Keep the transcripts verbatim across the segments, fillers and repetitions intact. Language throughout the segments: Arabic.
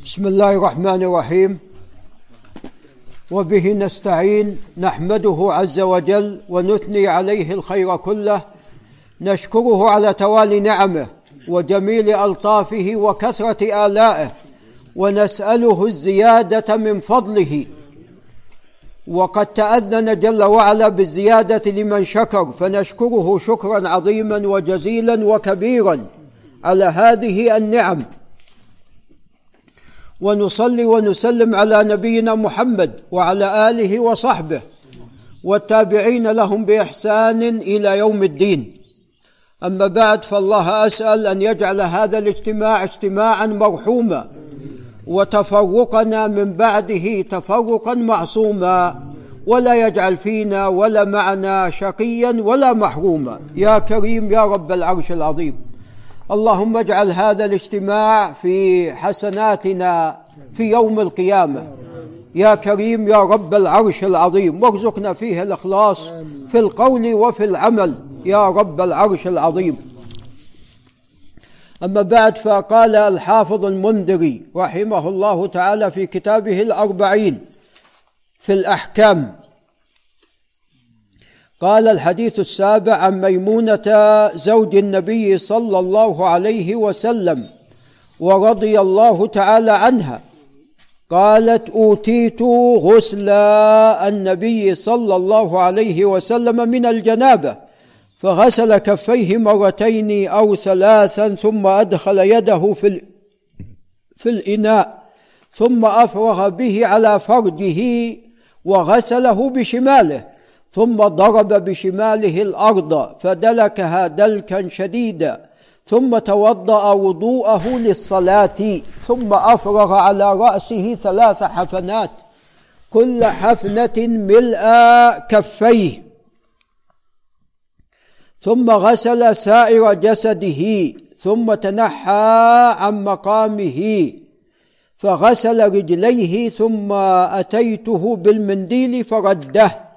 بسم الله الرحمن الرحيم، وبه نستعين. نحمده عز وجل ونثني عليه الخير كله، نشكره على توالي نعمه وجميل ألطافه وكثرة آلائه، ونسأله الزيادة من فضله. وقد تأذن جل وعلا بالزيادة لمن شكر، فنشكره شكرا عظيما وجزيلا وكبيرا على هذه النعم. ونصلي ونسلم على نبينا محمد وعلى آله وصحبه والتابعين لهم بإحسان إلى يوم الدين. أما بعد، فالله أسأل أن يجعل هذا الاجتماع اجتماعا مرحوما، وتفرقنا من بعده تفرقا معصوما، ولا يجعل فينا ولا معنا شقيا ولا محروما، يا كريم يا رب العرش العظيم. اللهم اجعل هذا الاجتماع في حسناتنا في يوم القيامة، يا كريم يا رب العرش العظيم، وارزقنا فيه الإخلاص في القول وفي العمل يا رب العرش العظيم. أما بعد، فقال الحافظ المنذري رحمه الله تعالى في كتابه الأربعين في الأحكام، قال: الحديث السابع عن ميمونة زوج النبي صلى الله عليه وسلم ورضي الله تعالى عنها، قالت: أوتيت غسل النبي صلى الله عليه وسلم من الجنابة، فغسل كفيه مرتين أو ثلاثا، ثم أدخل يده في في الإناء، ثم أفرغ به على فرجه وغسله بشماله، ثم ضرب بشماله الأرض فدلكها دلكا شديدا، ثم توضأ وضوءه للصلاة، ثم أفرغ على رأسه ثلاث حفنات، كل حفنة ملء كفيه، ثم غسل سائر جسده، ثم تنحى عن مقامه فغسل رجليه، ثم أتيته بالمنديل فرده.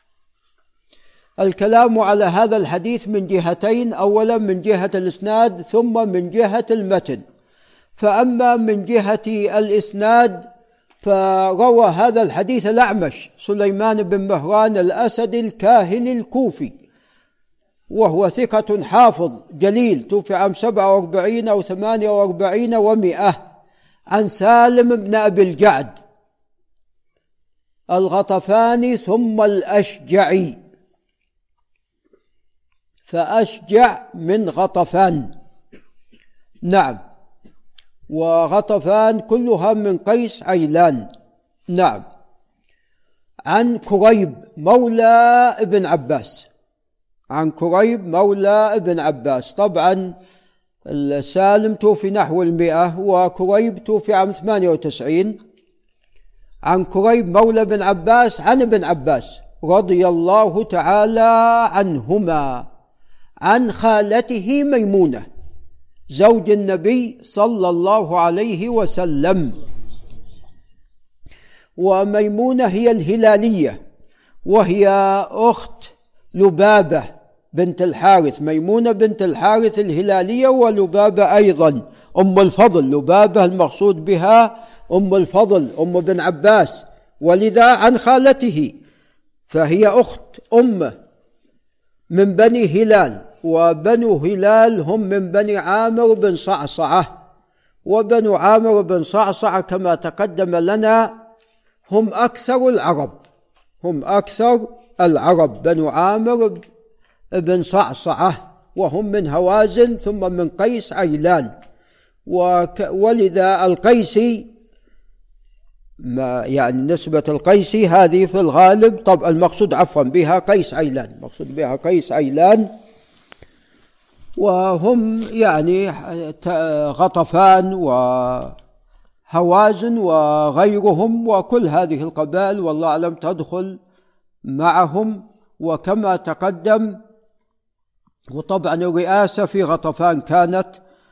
الكلام على هذا الحديث من جهتين: أولا من جهة الإسناد، ثم من جهة المتن. فأما من جهة الإسناد، فروى هذا الحديث الأعمش سليمان بن مهران الأسد الكاهلي الكوفي، وهو ثقة حافظ جليل، توفي عام سبعة وأربعين أو ثمانية وأربعين ومئة، عن سالم بن أبي الجعد الغطفاني ثم الأشجعي، فأشجع من غطفان. نعم، وغطفان كلها من قيس عيلان. نعم. عن كريب مولى ابن عباس، عن كريب مولى ابن عباس. طبعا سالم توفي نحو المئة، وكريب توفي عام ثمانية وتسعين. عن كريب مولى ابن عباس عن ابن عباس رضي الله تعالى عنهما عن خالته ميمونة زوج النبي صلى الله عليه وسلم. وميمونة هي الهلالية، وهي أخت لبابة بنت الحارث، ميمونة بنت الحارث الهلالية، ولبابة أيضا أم الفضل. لبابة المقصود بها أم الفضل أم بن عباس، ولذا عن خالته، فهي أخت أمه من بني هلال، وبنو هلال هم من بني عامر بن صعصعة، وبنو عامر بن صعصعة كما تقدم لنا هم أكثر العرب، هم أكثر العرب بنو عامر بن صعصعة، وهم من هوازن ثم من قيس عيلان. ولذا القيسي، ما يعني نسبة القيسي هذه في الغالب، طبعا المقصود عفوا بها قيس عيلان، المقصود بها قيس عيلان، وهم يعني غطفان وهوازن وغيرهم، وكل هذه القبائل والله أعلم تدخل معهم. وكما تقدم، وطبعا الرئاسة في غطفان كانت،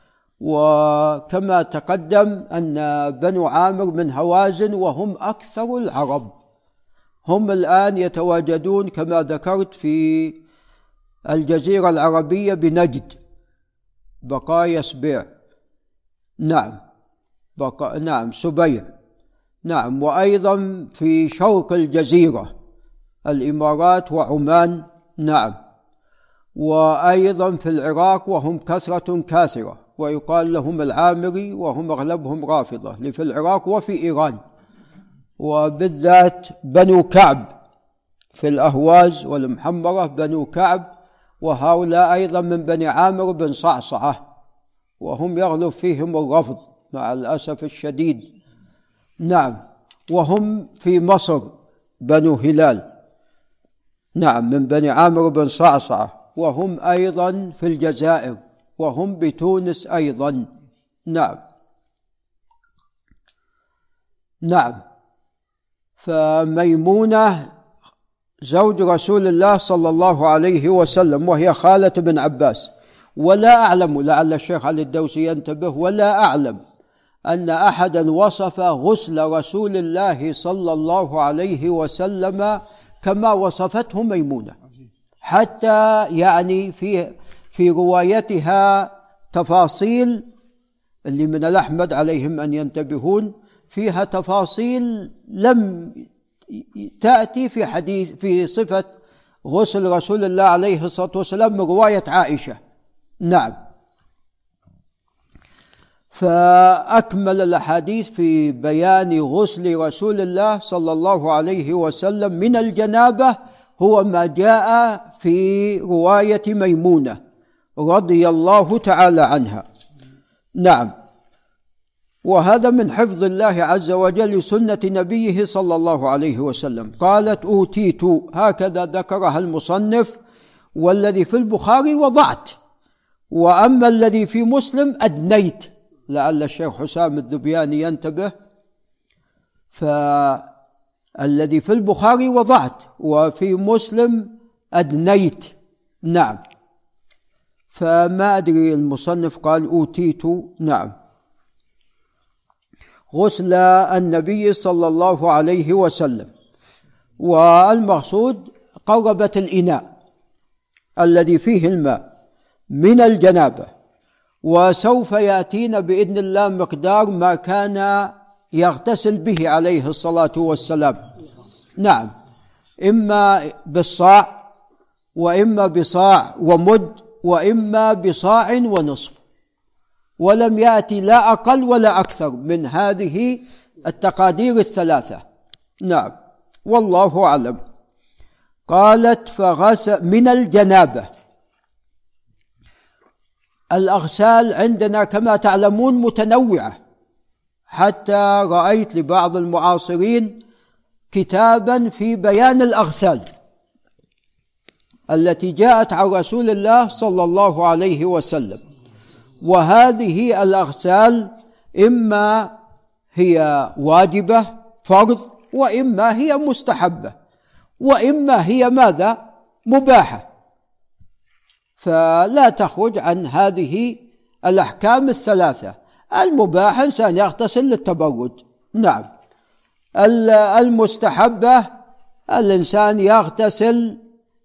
وكما تقدم أن بنو عامر من هوازن، وهم أكثر العرب، هم الآن يتواجدون كما ذكرت في الجزيرة العربية بنجد، بقايا سبيع. نعم. بقى نعم سبيع. نعم. وأيضا في شرق الجزيرة الإمارات وعمان. نعم. وأيضا في العراق وهم كثرة كاثرة، ويقال لهم العامري وهم أغلبهم رافضة في العراق وفي إيران، وبالذات بنو كعب في الأهواز والمحمرة بنو كعب، وهؤلاء أيضا من بني عامر بن صعصعة، وهم يغلب فيهم الرفض مع الأسف الشديد. نعم. وهم في مصر بنو هلال، نعم، من بني عامر بن صعصعة، وهم أيضا في الجزائر، وهم بتونس أيضا. نعم. نعم. فميمونة زوج رسول الله صلى الله عليه وسلم، وهي خالة بن عباس. ولا أعلم، لعل الشيخ علي الدوسي ينتبه، ولا أعلم أن أحدا وصف غسل رسول الله صلى الله عليه وسلم كما وصفته ميمونة، حتى يعني في في روايتها تفاصيل اللي من الأحمد عليهم أن ينتبهون، فيها تفاصيل لم تأتي في حديث في صفة غسل رسول الله عليه الصلاة والسلام من رواية عائشة. نعم. فأكمل الأحاديث في بيان غسل رسول الله صلى الله عليه وسلم من الجنابة هو ما جاء في رواية ميمونة رضي الله تعالى عنها. نعم. وهذا من حفظ الله عز وجل لسنة نبيه صلى الله عليه وسلم. قالت أوتيت، هكذا ذكرها المصنف، والذي في البخاري وضعت، وأما الذي في مسلم أدنيت، لعل الشيخ حسام الذبياني ينتبه. فالذي في البخاري وضعت وفي مسلم أدنيت. نعم. فما أدري المصنف قال أوتيت. نعم. غسل النبي صلى الله عليه وسلم، والمقصود قربة الإناء الذي فيه الماء من الجنابة، وسوف يأتينا بإذن الله مقدار ما كان يغتسل به عليه الصلاة والسلام. نعم. إما بالصاع، وإما بصاع ومد، وإما بصاع ونصف، ولم يأتي لا أقل ولا أكثر من هذه التقادير الثلاثة. نعم. والله أعلم. قالت فغسل من الجنابة. الأغسال عندنا كما تعلمون متنوعة، حتى رأيت لبعض المعاصرين كتابا في بيان الأغسال التي جاءت عن رسول الله صلى الله عليه وسلم. وهذه الأغسال إما هي واجبة فرض، وإما هي مستحبة، وإما هي ماذا؟ مباحة، فلا تخرج عن هذه الأحكام الثلاثة. المباح إنسان يغتسل للتبرد. نعم. المستحبة الإنسان يغتسل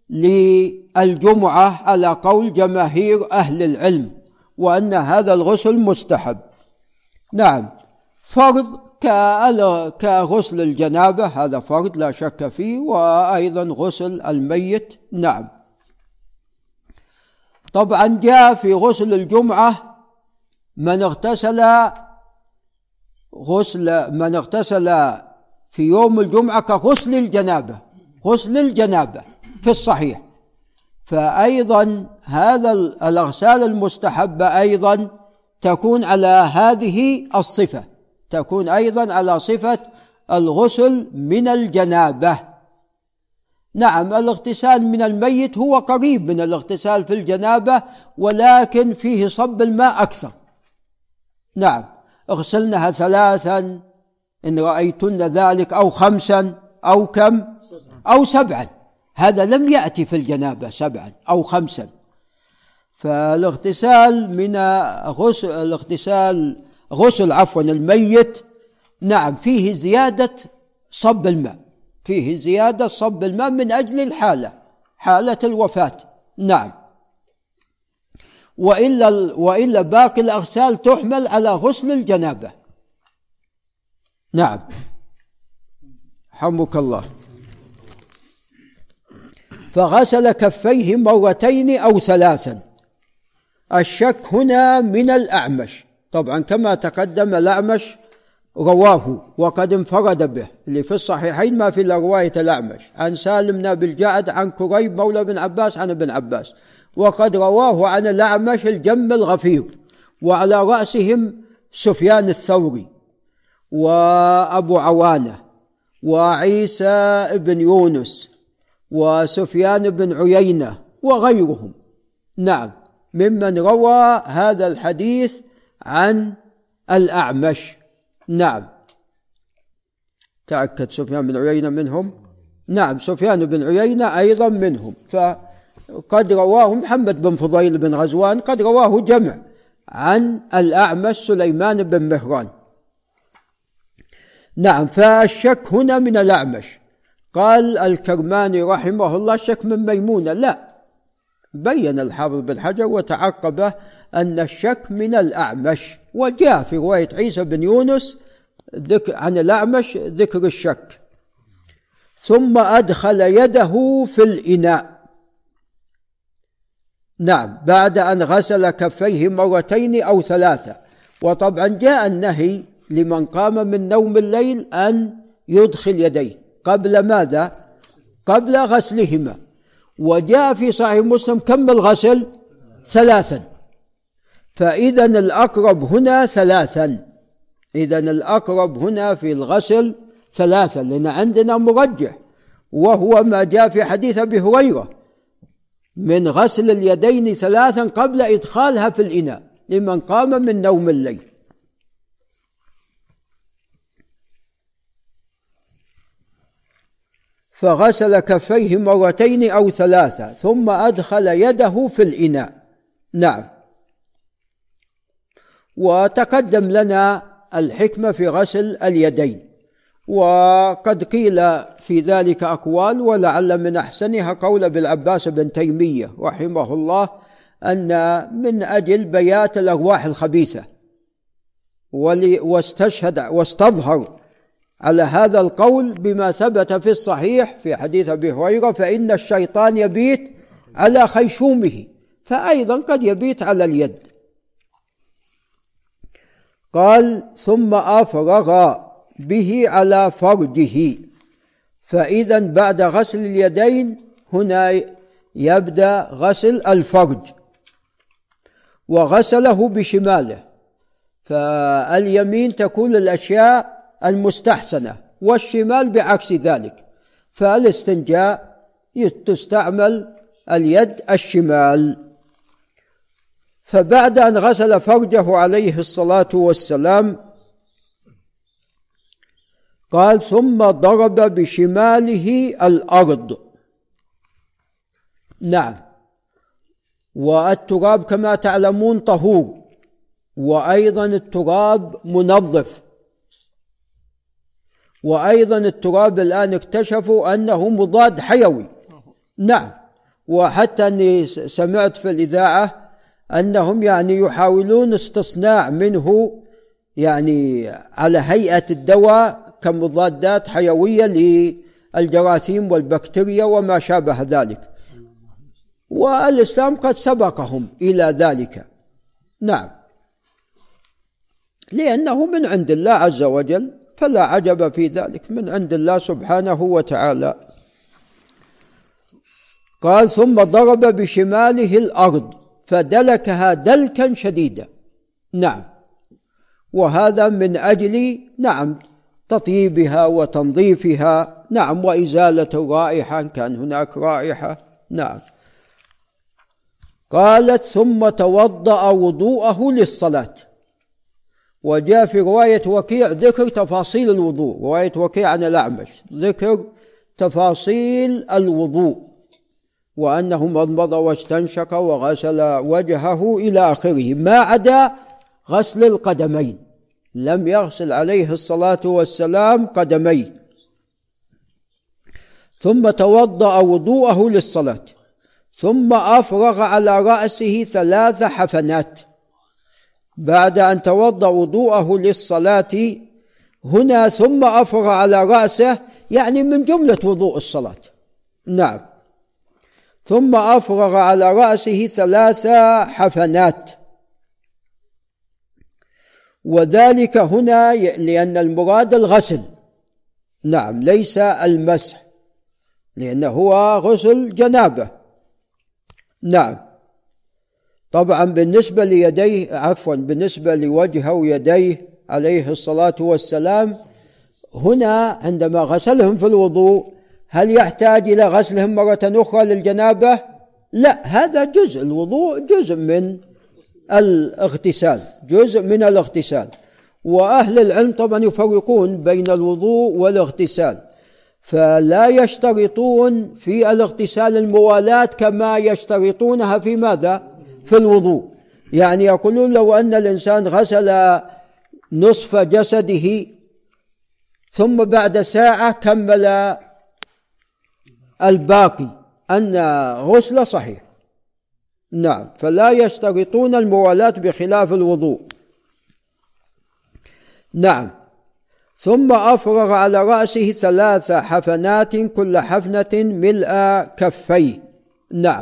للجمعة على قول جماهير أهل العلم، وأن هذا الغسل مستحب. نعم. فرض كغسل الجنابة، هذا فرض لا شك فيه، وأيضا غسل الميت. نعم. طبعا جاء في غسل الجمعة من اغتسل غسل من اغتسل في يوم الجمعة كغسل الجنابة، غسل الجنابة في الصحيح. فأيضا هذا الأغسال المستحبة أيضا تكون على هذه الصفة، تكون أيضا على صفة الغسل من الجنابة. نعم. الاغتسال من الميت هو قريب من الاغتسال في الجنابة، ولكن فيه صب الماء أكثر. نعم. اغسلنها ثلاثا إن رأيتن ذلك، أو خمسا، أو كم، أو سبعا. هذا لم يأتي في الجنابة سبعا أو خمسا. فالاغتسال من غسل الاغتسال غسل عفوا الميت، نعم، فيه زيادة صب الماء، فيه زيادة صب الماء من أجل الحالة، حالة الوفاة. نعم. وإلا, وإلا باقي الأغسال تحمل على غسل الجنابة، نعم حمك الله. فغسل كفيه مرتين أو ثلاثا. الشك هنا من الأعمش، طبعا كما تقدم الأعمش رواه وقد انفرد به، اللي في الصحيحين ما في إلا رواية الأعمش عن سالم بن أبي الجعد عن كريب مولى بن عباس عن ابن عباس، وقد رواه عن الأعمش الجم الغفير، وعلى رأسهم سفيان الثوري وأبو عوانة وعيسى بن يونس وسفيان بن عيينة وغيرهم، نعم ممن روى هذا الحديث عن الأعمش. نعم تأكد سفيان بن عيينة منهم، نعم سفيان بن عيينة أيضا منهم، فقد رواه محمد بن فضيل بن غزوان قد رواه جمع عن الأعمش سليمان بن مهران. نعم فالشك هنا من الأعمش. قال الكرماني رحمه الله الشك من ميمونة، لا، بين الحافظ بن حجر وتعقبه أن الشك من الأعمش، وجاء في رواية عيسى بن يونس عن الأعمش ذكر الشك. ثم أدخل يده في الإناء، نعم بعد أن غسل كفيه مرتين أو ثلاثة. وطبعا جاء النهي لمن قام من نوم الليل أن يدخل يديه قبل ماذا؟ قبل غسلهما. وجاء في صحيح مسلم كم الغسل؟ ثلاثا. فإذا الأقرب هنا ثلاثا، إذا الأقرب هنا في الغسل ثلاثا، لأن عندنا مرجح وهو ما جاء في حديث أبي هريرة من غسل اليدين ثلاثا قبل إدخالها في الإناء لمن قام من نوم الليل. فغسل كفيه مرتين أو ثلاثة ثم أدخل يده في الإناء. نعم وتقدم لنا الحكمة في غسل اليدين، وقد قيل في ذلك أقوال، ولعل من أحسنها قول ابن عباس بن تيمية رحمه الله أن من أجل بيات الأرواح الخبيثة، واستشهد واستظهر على هذا القول بما ثبت في الصحيح في حديث أبي هريرة فإن الشيطان يبيت على خيشومه، فأيضا قد يبيت على اليد. قال ثم أفرغ به على فرجه. فإذا بعد غسل اليدين هنا يبدأ غسل الفرج، وغسله بشماله، فاليمين تكون الأشياء المستحسنة والشمال بعكس ذلك، فالاستنجاء تستعمل اليد الشمال. فبعد أن غسل فرجه عليه الصلاة والسلام قال ثم ضرب بشماله الأرض. نعم والتراب كما تعلمون طهور، وأيضا التراب منظف، وأيضا التراب الآن اكتشفوا أنه مضاد حيوي. نعم وحتى أني سمعت في الإذاعة أنهم يعني يحاولون استصناع منه يعني على هيئة الدواء كمضادات حيوية للجراثيم والبكتيريا وما شابه ذلك، والإسلام قد سبقهم إلى ذلك. نعم لأنه من عند الله عز وجل، فلا عجب في ذلك، من عند الله سبحانه وتعالى. قال ثم ضرب بشماله الأرض فدلكها دلكا شديدا. نعم وهذا من أجل نعم تطيبها وتنظيفها، نعم وإزالة الرائحة إن كان هناك رائحة. نعم قالت ثم توضأ وضوءه للصلاة. وجاء في رواية وكيع ذكر تفاصيل الوضوء، رواية وكيع عن الأعمش ذكر تفاصيل الوضوء، وأنه مضمض واستنشق وغسل وجهه إلى آخره، ما عدا غسل القدمين، لم يغسل عليه الصلاة والسلام قدميه. ثم توضأ وضوءه للصلاة ثم أفرغ على رأسه ثلاث حفنات. بعد أن توضأ وضوءه للصلاة هنا ثم أفرغ على رأسه يعني من جملة وضوء الصلاة. نعم. ثم أفرغ على رأسه ثلاث حفنات، وذلك هنا لأن المراد الغسل، نعم، ليس المسح، لأنه هو غسل جنابه. نعم. طبعا بالنسبة ليديه عفوا بالنسبة لوجهه ويديه عليه الصلاة والسلام، هنا عندما غسلهم في الوضوء هل يحتاج إلى غسلهم مرة أخرى للجنابة؟ لا، هذا جزء الوضوء، جزء من الاغتسال، جزء من الاغتسال. وأهل العلم طبعا يفرقون بين الوضوء والاغتسال، فلا يشترطون في الاغتسال الموالاة كما يشترطونها في ماذا؟ في الوضوء. يعني يقولون لو أن الإنسان غسل نصف جسده ثم بعد ساعة كمل الباقي أن غسل صحيح. نعم. فلا يشترطون الموالاة بخلاف الوضوء. نعم. ثم أفرغ على رأسه ثلاث حفنات كل حفنة ملء كفيه. نعم.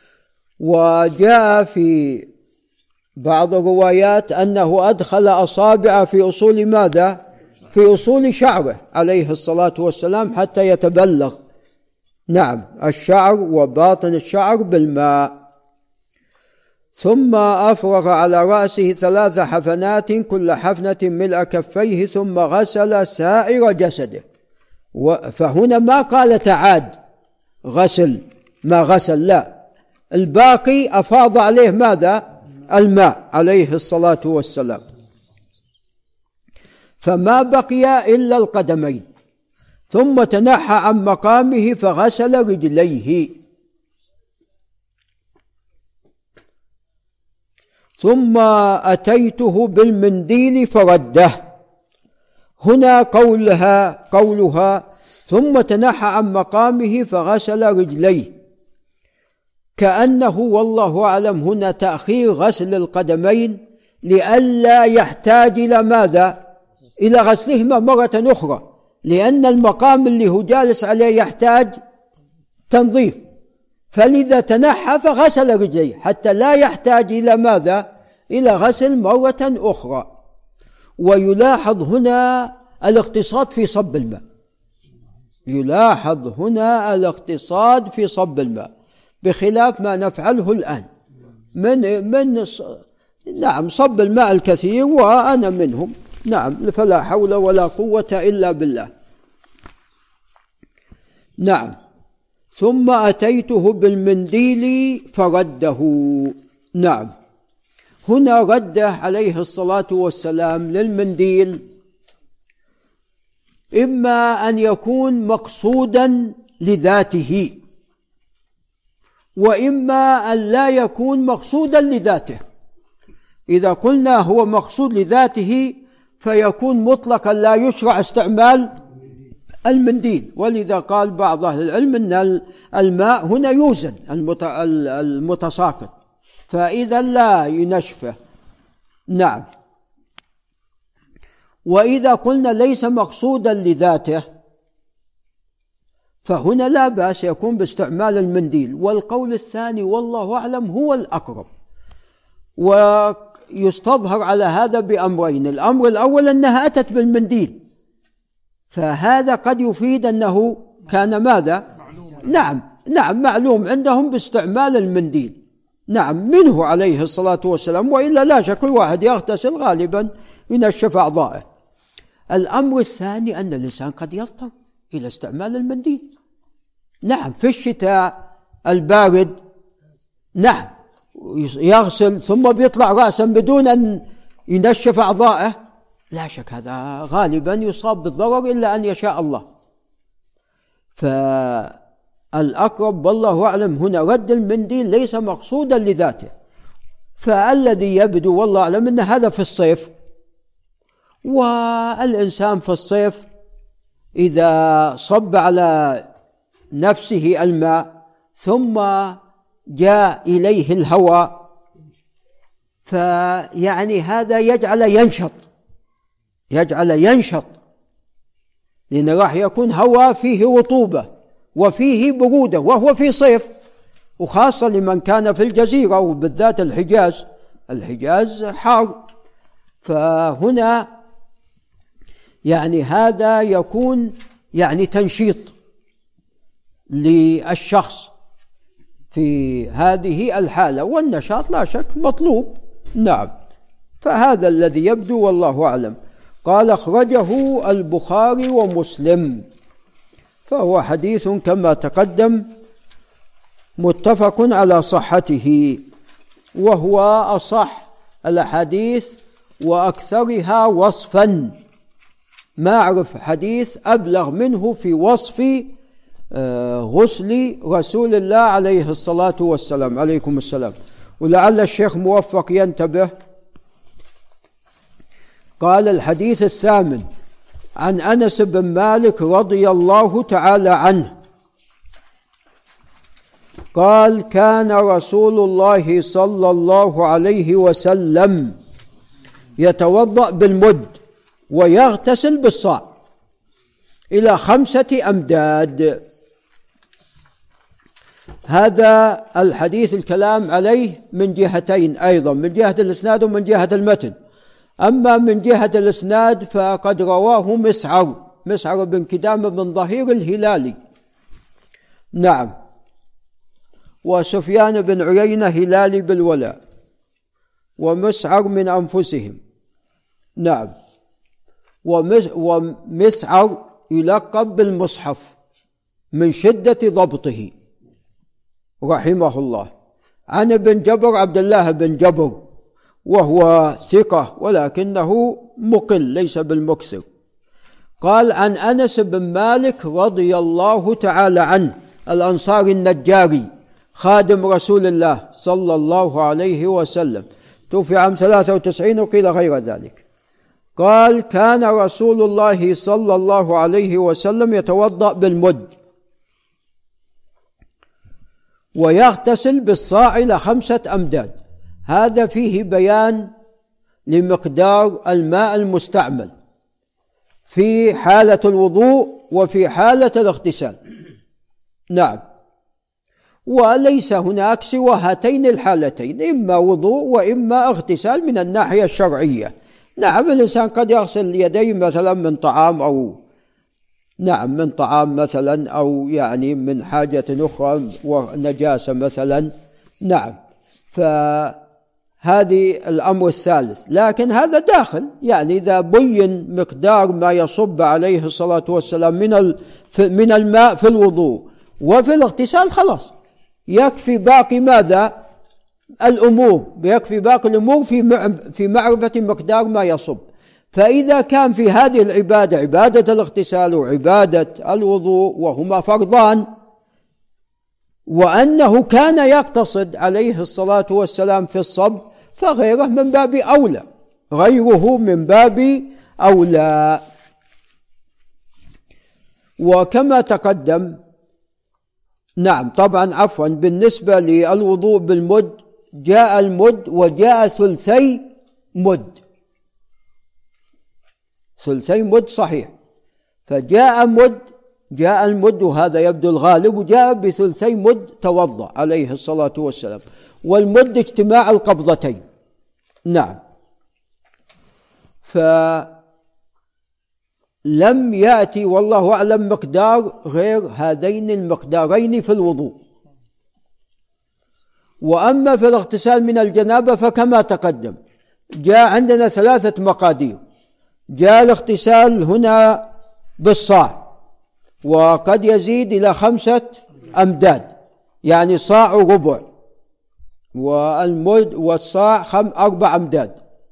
وجاء في بعض الروايات أنه أدخل أصابع في أصول ماذا؟ في أصول شعره عليه الصلاة والسلام حتى يتبلغ، نعم، الشعر وباطن الشعر بالماء. ثم أفرغ على رأسه ثلاث حفنات كل حفنة ملء كفيه ثم غسل سائر جسده. فهنا ما قال تعاد غسل ما غسل، لا، الباقي أفاض عليه ماذا؟ الماء عليه الصلاة والسلام، فما بقي إلا القدمين. ثم تنحى عن مقامه فغسل رجليه. ثم أتيته بالمنديل فرده. هنا قولها قولها ثم تنحى عن مقامه فغسل رجليه، كأنه والله أعلم هنا تأخير غسل القدمين لئلا يحتاج إلى ماذا؟ إلى غسلهما مرة أخرى، لأن المقام اللي هو جالس عليه يحتاج تنظيف، فلذا تنحى فغسل رجليه حتى لا يحتاج إلى ماذا؟ إلى غسل مرة أخرى. ويلاحظ هنا الاقتصاد في صب الماء، يلاحظ هنا الاقتصاد في صب الماء بخلاف ما نفعله الآن من من نعم صب الماء الكثير، وأنا منهم، نعم، فلا حول ولا قوة إلا بالله. نعم. ثم أتيته بالمنديل فرده. نعم. هنا رده عليه الصلاة والسلام للمنديل، إما أن يكون مقصودا لذاته، وإما أن لا يكون مقصودا لذاته. إذا قلنا هو مقصود لذاته فيكون مطلقا لا يشرع استعمال المنديل، ولذا قال بعض أهل العلم أن الماء هنا يوزن المتساقط، فإذا لا ينشفه. نعم. وإذا قلنا ليس مقصودا لذاته فهنا لا بأس يكون باستعمال المنديل، والقول الثاني والله أعلم هو الأقرب. ويستظهر على هذا بأمرين: الأمر الأول أنها أتت بالمنديل، فهذا قد يفيد أنه كان ماذا؟ نعم نعم معلوم عندهم باستعمال المنديل، نعم، منه عليه الصلاة والسلام، وإلا لا شك كل واحد يغتسل غالبا ينشف أعضائه. الأمر الثاني أن الإنسان قد يضطر إلى استعمال المنديل، نعم، في الشتاء البارد، نعم، يغسل ثم بيطلع رأسا بدون أن ينشف أعضائه، لا شك هذا غالبا يصاب بالضرر إلا أن يشاء الله. فالأقرب والله أعلم هنا رد المنديل ليس مقصودا لذاته، فالذي يبدو والله أعلم أن هذا في الصيف، والإنسان في الصيف إذا صب على نفسه الماء ثم جاء إليه الهواء فيعني هذا يجعل ينشط يجعل ينشط لأن راح يكون هواء فيه رطوبة وفيه برودة وهو في صيف، وخاصة لمن كان في الجزيرة وبالذات الحجاز، الحجاز حار. فهنا يعني هذا يكون يعني تنشيط للشخص في هذه الحالة، والنشاط لا شك مطلوب. نعم، فهذا الذي يبدو والله أعلم. قال أخرجه البخاري ومسلم، فهو حديث كما تقدم متفق على صحته، وهو أصح الأحاديث وأكثرها وصفا. ما أعرف حديث أبلغ منه في وصف غسل رسول الله عليه الصلاة والسلام. عليكم السلام. ولعل الشيخ موفق ينتبه. قال الحديث الثامن عن أنس بن مالك رضي الله تعالى عنه قال: كان رسول الله صلى الله عليه وسلم يتوضأ بالمد ويغتسل بالصاع إلى خمسة أمداد. هذا الحديث الكلام عليه من جهتين أيضا، من جهة الإسناد ومن جهة المتن. أما من جهة الإسناد فقد رواه مسعر مسعر بن كدام بن ظهير الهلالي، نعم، وسفيان بن عيينة هلالي بالولاء، ومسعر من أنفسهم، نعم، ومسعر يلقب بالمصحف من شدة ضبطه رحمه الله. عن ابن جبر عبد الله بن جبر، وهو ثقة ولكنه مقل ليس بالمكثر. قال: عن أنس بن مالك رضي الله تعالى عنه الأنصاري النجاري خادم رسول الله صلى الله عليه وسلم، توفي عام ثلاثة وتسعين وقيل غير ذلك. قال: كان رسول الله صلى الله عليه وسلم يتوضأ بالمد ويغتسل بالصاع إلى خمسة أمداد. هذا فيه بيان لمقدار الماء المستعمل في حالة الوضوء وفي حالة الاغتسال، نعم، وليس هناك سوى هاتين الحالتين، إما وضوء وإما اغتسال من الناحية الشرعية. نعم، الإنسان قد يغسل يديه مثلا من طعام أو نعم من طعام مثلا، أو يعني من حاجة أخرى ونجاسة مثلا، نعم، فهذه الأمر الثالث. لكن هذا داخل، يعني إذا بين مقدار ما يصب عليه الصلاة والسلام من من الماء في الوضوء وفي الاغتسال خلاص، يكفي باقي ماذا؟ الأمور، يكفي باقي الأمور في في معرفة مقدار ما يصب. فإذا كان في هذه العبادة، عبادة الاغتسال وعبادة الوضوء وهما فرضان، وأنه كان يقتصد عليه الصلاة والسلام في الصب، فغيره من باب أولى، غيره من باب أولى. وكما تقدم، نعم، طبعا عفوا، بالنسبة للوضوء بالمد جاء المد وجاء ثلثي مد، ثلثي مد صحيح، فجاء مد، جاء المد، وهذا يبدو الغالب، وجاء بثلثي مد توضأ عليه الصلاة والسلام. والمد اجتماع القبضتين، نعم، فلم يأتي والله أعلم مقدار غير هذين المقدارين في الوضوء. وأما في الاغتسال من الجنابة فكما تقدم جاء عندنا ثلاثة مقادير. جاء الاغتسال هنا بالصاع، وقد يزيد إلى خمسة أمداد، يعني صاع ربع، والمد والصاع خم أربع أمداد.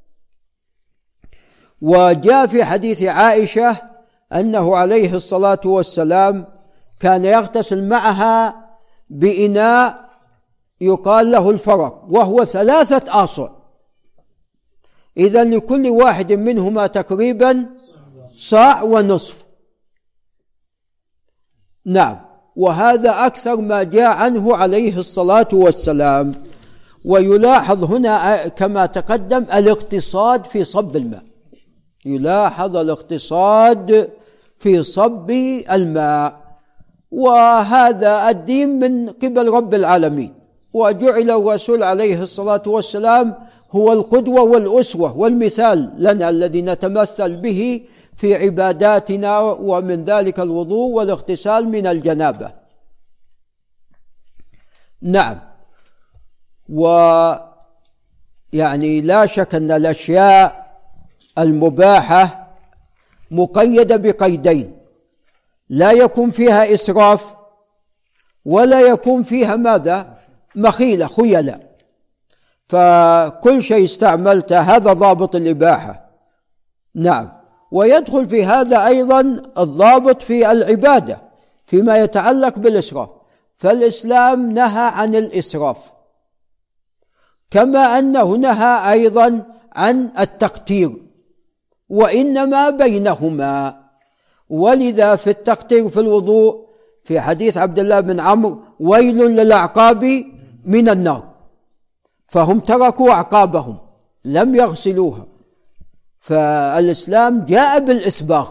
وجاء في حديث عائشة أنه عليه الصلاة والسلام كان يغتسل معها بإناء يقال له الفرق، وهو ثلاثة آصع، إذا لكل واحد منهما تقريبا صاع ونصف، نعم، وهذا أكثر ما جاء عنه عليه الصلاة والسلام. ويلاحظ هنا كما تقدم الاقتصاد في صب الماء، يلاحظ الاقتصاد في صب الماء. وهذا الدين من قبل رب العالمين، وجعل الرسول عليه الصلاة والسلام هو القدوة والأسوة والمثال لنا الذي نتمثل به في عباداتنا، ومن ذلك الوضوء والاغتسال من الجنابة. نعم. ويعني لا شك أن الأشياء المباحة مقيدة بقيدين: لا يكون فيها إسراف، ولا يكون فيها ماذا؟ مخيلة، خيلة. فكل شيء استعملته هذا ضابط الإباحة. نعم. ويدخل في هذا أيضا الضابط في العبادة فيما يتعلق بالإسراف، فالإسلام نهى عن الإسراف، كما أنه نهى أيضا عن التقتير، وإنما بينهما. ولذا في التقتير في الوضوء في حديث عبد الله بن عمرو: ويل للأعقاب من النار، فهم تركوا أعقابهم لم يغسلوها. فالإسلام جاء بالإسباغ،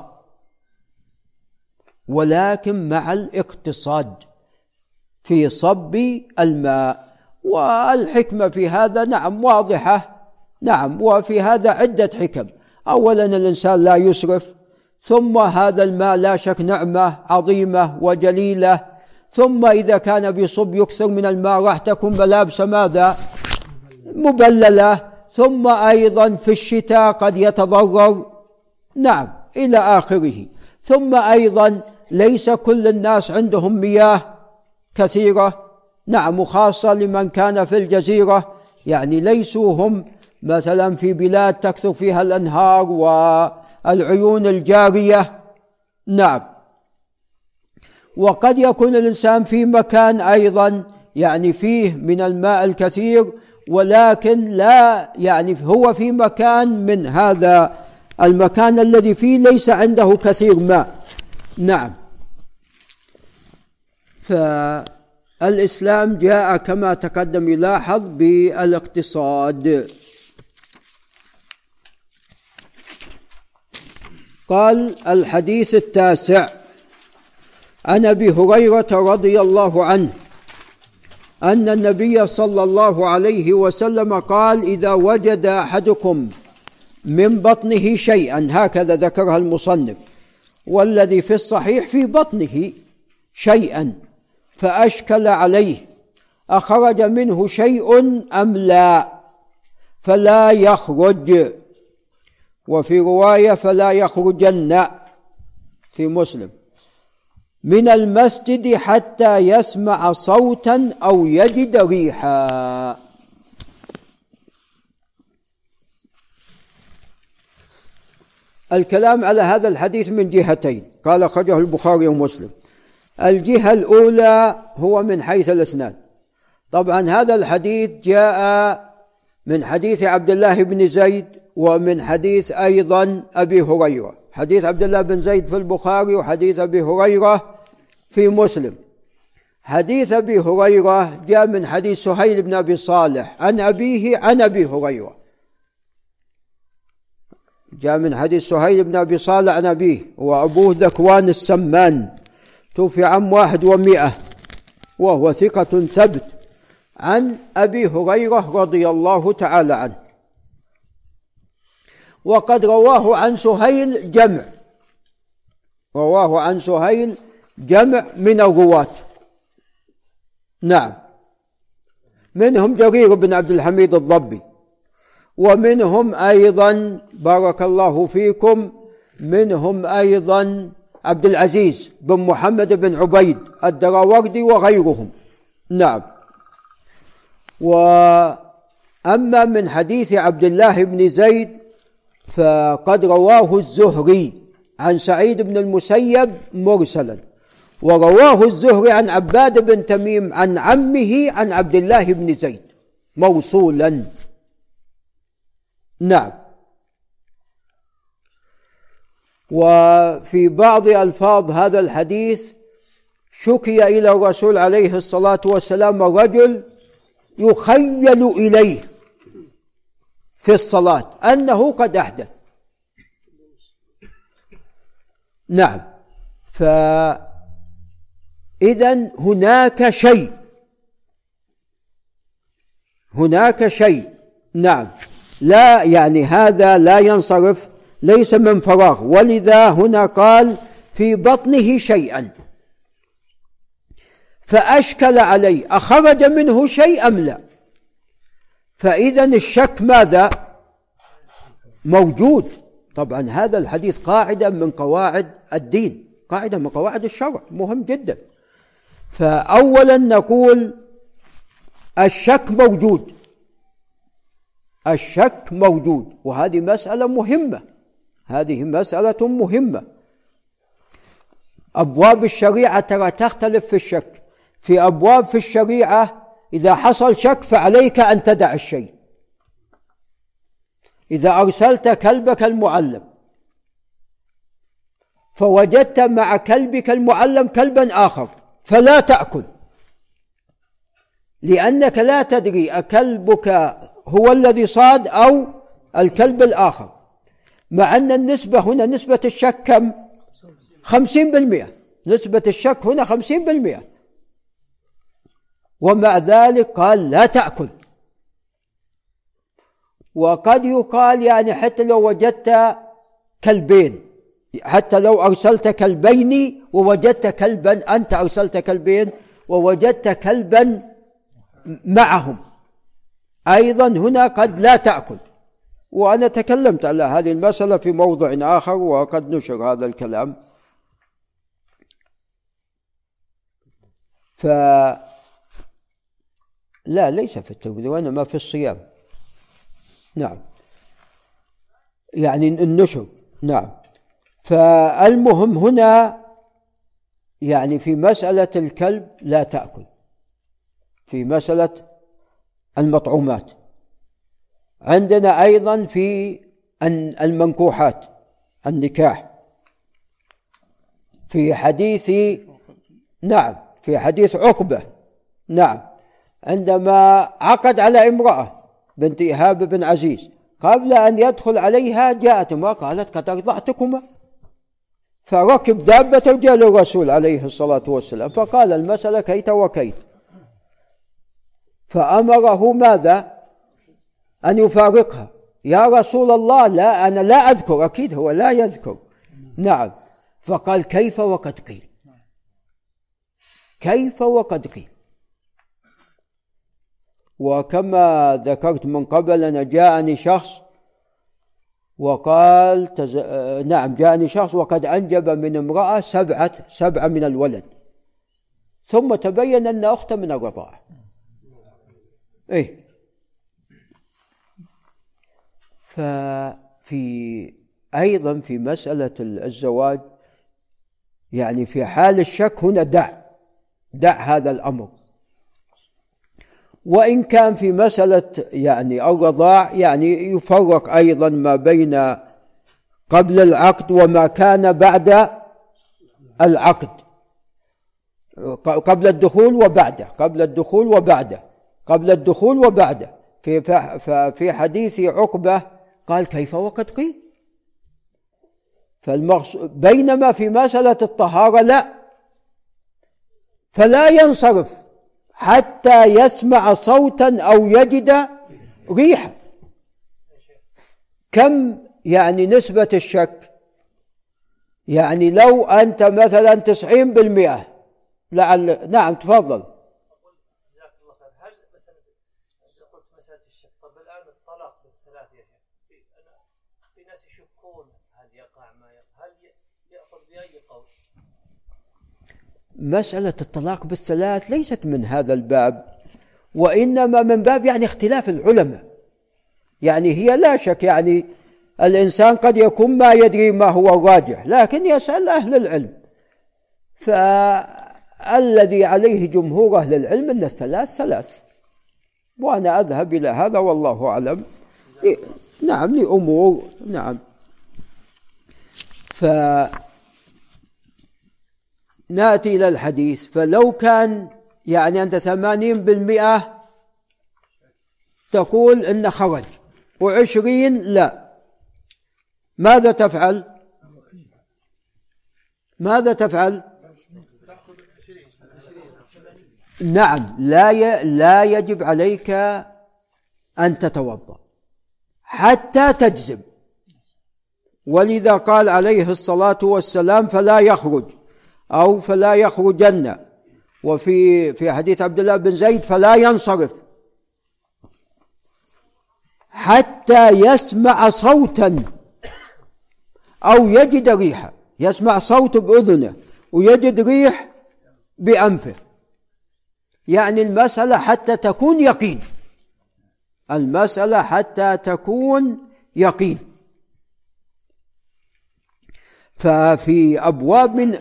ولكن مع الاقتصاد في صب الماء. والحكمة في هذا نعم واضحة، نعم، وفي هذا عدة حكم. أولا الإنسان لا يسرف، ثم هذا الماء لا شك نعمة عظيمة وجليلة، ثم إذا كان بيصب يكثر من الماء راح تكون ملابسه ماذا؟ مبللة، ثم أيضا في الشتاء قد يتضرر، نعم، إلى آخره. ثم أيضا ليس كل الناس عندهم مياه كثيرة، نعم، وخاصة لمن كان في الجزيرة، يعني ليسوا هم مثلا في بلاد تكثر فيها الأنهار والعيون الجارية، نعم. وقد يكون الإنسان في مكان أيضا يعني فيه من الماء الكثير، ولكن لا يعني هو في مكان من هذا المكان الذي فيه ليس عنده كثير ماء، نعم. فالإسلام جاء كما تقدم يلاحظ بالاقتصاد. قال: الحديث التاسع عن أبي هريرة رضي الله عنه أن النبي صلى الله عليه وسلم قال: إذا وجد أحدكم من بطنه شيئا، هكذا ذكرها المصنف، والذي في الصحيح في بطنه شيئا فأشكل عليه أخرج منه شيء أم لا، فلا يخرج. وفي رواية: فلا يخرجن في مسلم من المسجد حتى يسمع صوتا أو يجد ريحا. الكلام على هذا الحديث من جهتين، قال أخرجه البخاري ومسلم. الجهة الأولى هو من حيث الإسناد. طبعا هذا الحديث جاء من حديث عبد الله بن زيد، ومن حديث أيضا أبي هريرة. حديث عبد الله بن زيد في البخاري، وحديث أبي هريرة في مسلم. حديث أبي هريرة جاء من حديث سهيل بن أبي صالح عن أبيه عن أبي هريرة، جاء من حديث سهيل بن أبي صالح عن أبيه، وأبوه ذكوان السمان توفي عام واحد ومئة، وهو ثقة ثبت، عن أبي هريرة رضي الله تعالى عنه. وقد رواه عن سهيل جمع، رواه عن سهيل جمع من الرواة، نعم، منهم جرير بن عبد الحميد الضبي، ومنهم أيضا بارك الله فيكم منهم أيضا عبد العزيز بن محمد بن عبيد الدراوردي وغيرهم، نعم. وأما من حديث عبد الله بن زيد فقد رواه الزهري عن سعيد بن المسيب مرسلا، ورواه الزهري عن عباد بن تميم عن عمه عن عبد الله بن زيد موصولا، نعم. وفي بعض ألفاظ هذا الحديث شكي إلى الرسول عليه الصلاة والسلام رجل يخيل إليه في الصلاة أنه قد أحدث، نعم، فإذا هناك شيء هناك شيء نعم، لا يعني هذا لا ينصرف، ليس من فراغ، ولذا هنا قال في بطنه شيئا، فأشكل عليه أخرج منه شيء أم لا؟ فإذا الشك ماذا؟ موجود. طبعا هذا الحديث قاعدة من قواعد الدين، قاعدة من قواعد الشرع، مهم جدا. فأولا نقول الشك موجود، الشك موجود، وهذه مسألة مهمة، هذه مسألة مهمة. أبواب الشريعة ترى تختلف في الشك. في أبواب في الشريعة إذا حصل شك فعليك أن تدع الشيء. إذا أرسلت كلبك المعلم فوجدت مع كلبك المعلم كلبا آخر فلا تأكل، لأنك لا تدري أكلبك هو الذي صاد أو الكلب الآخر، مع أن النسبة هنا نسبة الشك كم؟ خمسين بالمئة، نسبة الشك هنا خمسين بالمئة، ومع ذلك قال لا تأكل. وقد يقال يعني حتى لو وجدت كلبين، حتى لو أرسلت كلبين ووجدت كلبا، أنت أرسلت كلبين ووجدت كلبا معهم أيضا هنا قد لا تأكل. وأنا تكلمت على هذه المسألة في موضع آخر وقد نشر هذا الكلام. ف لا ليس في الترمذي وإنما في الصيام، نعم، يعني النشر، نعم. فالمهم هنا يعني في مسألة الكلب لا تأكل، في مسألة المطعومات. عندنا أيضا في المنكوحات النكاح، في حديث نعم في حديث عقبة نعم عندما عقد على امرأة بنت إيهاب بن عزيز، قبل أن يدخل عليها جاءت امرأة قالت قد أرضعتكما، فركب دابة وجاء للرسول عليه الصلاة والسلام فقال المسألة كيت وكيت، فأمره ماذا؟ أن يفارقها. يا رسول الله لا أنا لا أذكر، أكيد هو لا يذكر، نعم. فقال كيف وقد قيل، كيف وقد قيل. وكما ذكرت من قبل أنا جاءني شخص وقال تز... نعم جاءني شخص وقد أنجب من امرأة سبعة سبعة من الولد، ثم تبين أن أخته من الرضاعة. إيه. ففي أيضا في مسألة الزواج يعني في حال الشك هنا دع دع هذا الأمر. وإن كان في مسألة يعني الرضاع يعني يفرق أيضا ما بين قبل العقد وما كان بعد العقد، قبل الدخول وبعده، قبل الدخول وبعده، قبل الدخول وبعده. في في حديث عقبة قال كيف وقد قيل. فالمقصود بينما في مسألة الطهارة لا، فلا ينصرف حتى يسمع صوتا أو يجد ريحا. كم يعني نسبة الشك؟ يعني لو أنت مثلا تسعين بالمئة لعل نعم تفضل. مسألة الطلاق بالثلاث ليست من هذا الباب، وإنما من باب يعني اختلاف العلماء. يعني هي لا شك يعني الإنسان قد يكون ما يدري ما هو الراجح لكن يسأل أهل العلم، فالذي عليه جمهور أهل العلم أن الثلاث ثلاث، وأنا أذهب إلى هذا والله أعلم. نعم لأمور نعم. ف نأتي إلى الحديث. فلو كان يعني أنت ثمانين بالمئة تقول إن خرج وعشرين لا، ماذا تفعل؟ ماذا تفعل؟ نعم، لا ي... لا يجب عليك أن تتوضأ حتى تجزم، ولذا قال عليه الصلاة والسلام فلا يخرج أو فلا يخرجن، وفي في حديث عبد الله بن زيد فلا ينصرف حتى يسمع صوتا أو يجد ريحا، يسمع صوت بأذنه ويجد ريح بأنفه، يعني المسألة حتى تكون يقين، المسألة حتى تكون يقين. ففي أبواب من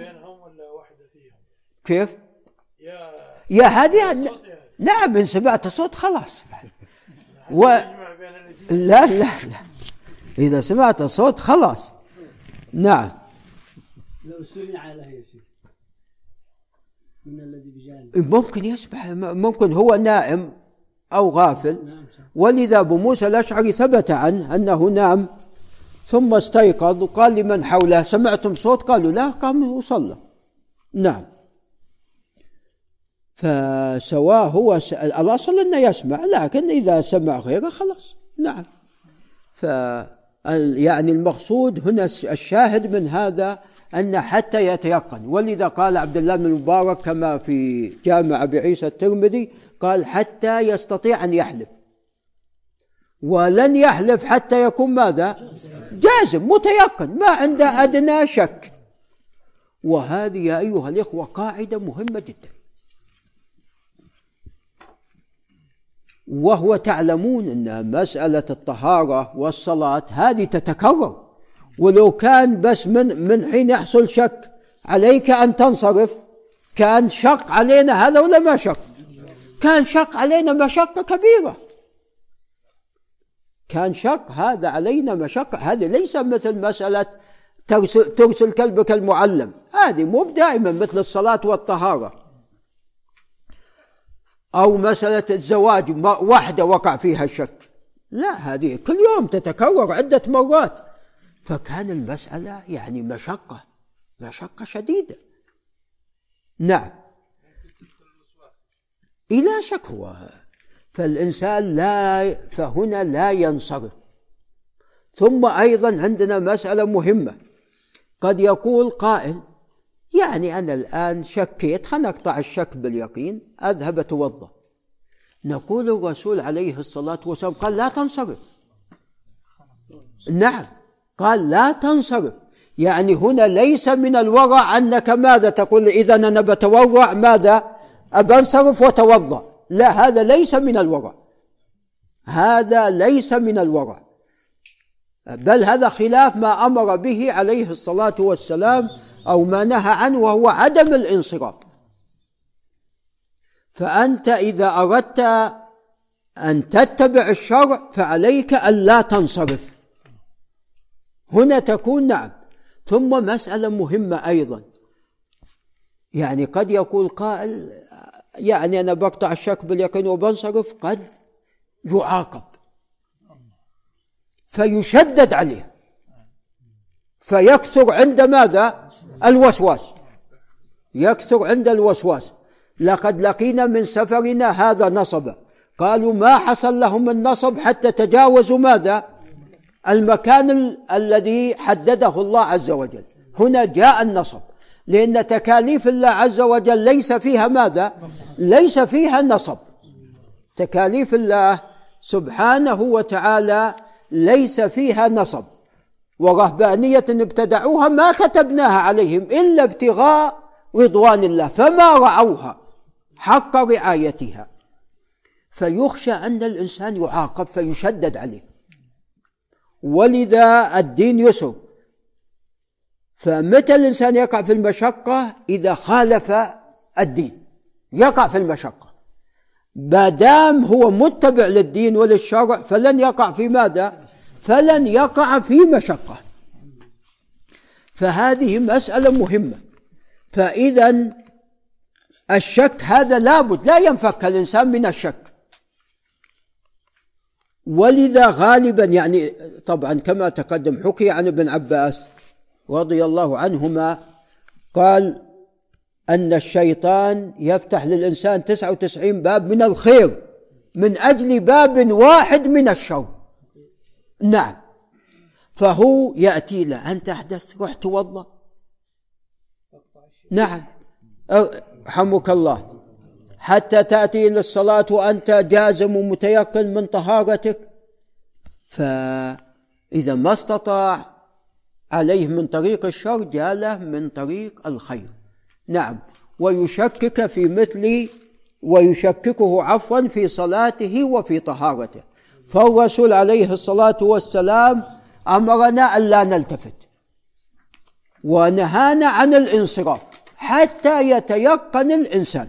كيف يا, يا هذه نعم، إن سمعت صوت خلاص و... لا لا لا إذا سمعت صوت خلاص. نعم، لو سمع له يشوف من الذي بجانب ممكن يسمع، ممكن هو نائم أو غافل، ولذا أبو موسى الأشعري ثبت عنه أنه نام ثم استيقظ وقال لمن حوله سمعتم صوت؟ قالوا لا، قام وصلى. نعم، فسواء هو س... الأصل أنه يسمع، لكن إذا سمع غيره خلاص. نعم، ف يعني المقصود هنا الشاهد من هذا أن حتى يتيقن، ولذا قال عبد الله بن المبارك كما في جامع أبي عيسى الترمذي قال حتى يستطيع أن يحلف، ولن يحلف حتى يكون ماذا؟ جازم متيقن ما عنده أدنى شك. وهذه يا أيها الإخوة قاعدة مهمة جدا، وهو تعلمون أن مسألة الطهارة والصلاة هذه تتكرر، ولو كان بس من من حين يحصل شك عليك أن تنصرف كان شق علينا هذا ولا ما شق؟ كان شق علينا مشقة كبيرة، كان شق هذا علينا مشقة. هذه ليس مثل مسألة ترسل, ترسل كلبك المعلم، هذه مو دائما مثل الصلاة والطهارة، أو مسألة الزواج واحدة وقع فيها الشك، لا، هذه كل يوم تتكرر عدة مرات، فكان المسألة يعني مشقة مشقة شديدة. نعم، إلى شك هو، فالإنسان لا فهنا لا ينصرف. ثم أيضا عندنا مسألة مهمة، قد يقول قائل يعني أنا الآن شكيت، خلنا نقطع الشك باليقين، أذهب أتوضأ. نقول الرسول عليه الصلاة والسلام قال لا تنصرف. نعم، قال لا تنصرف، يعني هنا ليس من الورع أنك ماذا تقول إذا أنا بتورع ماذا أبنصرف وتوضأ، لا، هذا ليس من الورع، هذا ليس من الورع، بل هذا خلاف ما أمر به عليه الصلاة والسلام أو ما نهى عنه، وهو عدم الانصراف. فأنت إذا أردت أن تتبع الشرع فعليك أن لا تنصرف، هنا تكون. نعم. ثم مسألة مهمة أيضا، يعني قد يقول قائل يعني أنا بقطع الشك باليقين وبنصرف، قد يعاقب فيشدد عليه فيكثر عند ماذا؟ الوسواس، يكثر عند الوسواس. لقد لقينا من سفرنا هذا نصبا، قالوا ما حصل لهم النصب حتى تجاوزوا ماذا؟ المكان ال- الذي حدده الله عز وجل. هنا جاء النصب، لأن تكاليف الله عز وجل ليس فيها ماذا؟ ليس فيها نصب. تكاليف الله سبحانه وتعالى ليس فيها نصب. ورهبانية ابتدعوها ما كتبناها عليهم إلا ابتغاء رضوان الله، فما رعوها حق رعايتها، فيخشى أن الإنسان يعاقب فيشدد عليه. ولذا الدين يسر، فمتى الإنسان يقع في المشقة؟ إذا خالف الدين يقع في المشقة. مادام هو متبع للدين وللشرع فلن يقع في ماذا؟ فلن يقع في مشقة. فهذه مسألة مهمة. فإذا الشك هذا لابد، لا ينفك الإنسان من الشك. ولذا غالبا يعني طبعا كما تقدم حكي عن ابن عباس رضي الله عنهما قال أن الشيطان يفتح للإنسان تسعة وتسعين باب من الخير من أجل باب واحد من الشر. نعم. فهو يأتي له أنت أحدث روح توضأ. نعم رحمك الله، حتى تأتي للصلاة وأنت جازم ومتيقن من طهارتك. فإذا ما استطاع عليه من طريق الشر جاله من طريق الخير. نعم. ويشكك في مثل ويشككه عفوا في صلاته وفي طهارته. فالرسول عليه الصلاة والسلام أمرنا ألا نلتفت ونهانا عن الانصراف حتى يتيقن الإنسان.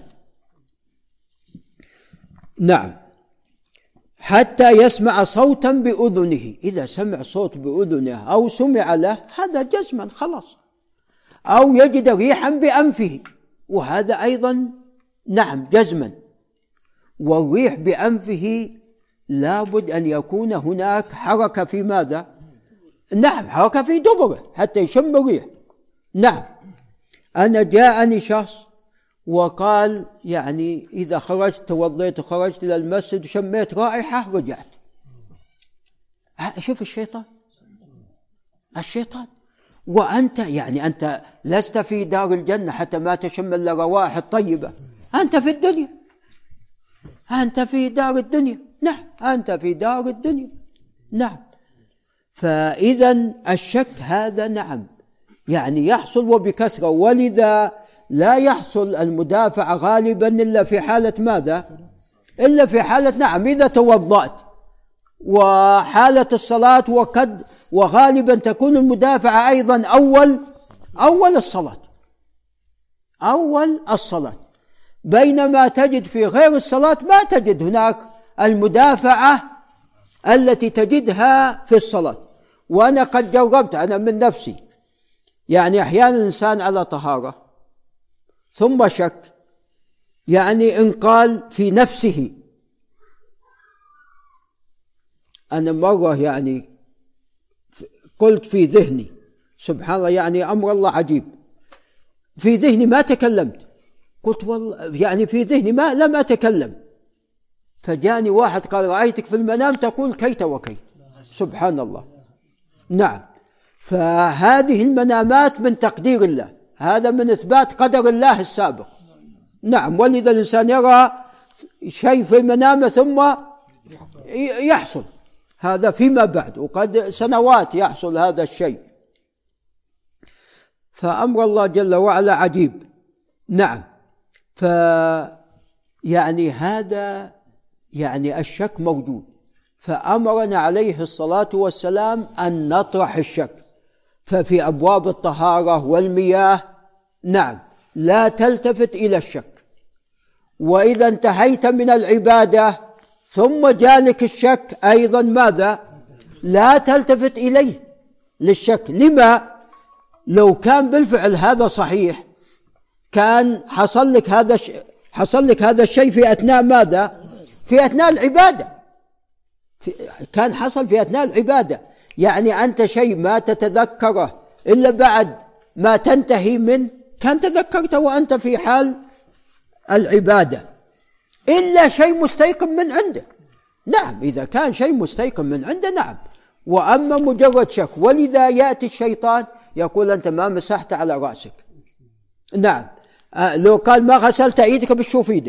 نعم. حتى يسمع صوتا بأذنه، إذا سمع صوت بأذنه أو سمع له هذا جزما خلاص، أو يجد ريحا بأنفه وهذا أيضا نعم جزما. والريح بأنفه لابد أن يكون هناك حركة في ماذا؟ نعم حركة في دبره حتى يشم الريح. نعم. أنا جاءني شخص وقال يعني إذا خرجت توضيت وخرجت إلى المسجد وشميت رائحة رجعت. شوف الشيطان الشيطان وأنت يعني أنت لست في دار الجنة حتى ما تشم إلا روائح الطيبة، أنت في الدنيا، أنت في دار الدنيا. نعم أنت في دار الدنيا. نعم. فإذا الشك هذا نعم يعني يحصل وبكثرة، ولذا لا يحصل المدافع غالبا إلا في حالة ماذا؟ إلا في حالة نعم إذا توضأت، وحالة الصلاة وقد وغالبا تكون المدافعة أيضا أول أول الصلاة أول الصلاة بينما تجد في غير الصلاة ما تجد هناك المدافعة التي تجدها في الصلاة. وأنا قد جربت أنا من نفسي، يعني أحيانا الإنسان على طهارة ثم شك، يعني إن قال في نفسه. أنا مرة يعني قلت في ذهني سبحان الله، يعني أمر الله عجيب، في ذهني ما تكلمت، قلت والله يعني في ذهني ما لم أتكلم، فجاني واحد قال رأيتك في المنام تقول كيت وكيت. سبحان الله. نعم. فهذه المنامات من تقدير الله، هذا من إثبات قدر الله السابق. نعم. ولذا الإنسان يرى شيء في منامه ثم يحصل هذا فيما بعد، وقد سنوات يحصل هذا الشيء. فأمر الله جل وعلا عجيب. نعم. ف يعني هذا يعني الشك موجود، فأمرنا عليه الصلاة والسلام أن نطرح الشك. ففي أبواب الطهارة والمياه نعم لا تلتفت إلى الشك، وإذا انتهيت من العبادة ثم جالك الشك أيضا ماذا؟ لا تلتفت إليه للشك. لما؟ لو كان بالفعل هذا صحيح كان حصل لك هذا حصل لك هذا الشيء في أثناء ماذا؟ في أثناء العبادة، في كان حصل في أثناء العبادة. يعني أنت شيء ما تتذكره إلا بعد ما تنتهي منه كان تذكرته وأنت في حال العبادة، إلا شيء مستيقن من عنده. نعم إذا كان شيء مستيقن من عنده نعم. وأما مجرد شك، ولذا يأتي الشيطان يقول أنت ما مسحت على رأسك. نعم. آه لو قال ما غسلت ايدك بتشوف ايدك،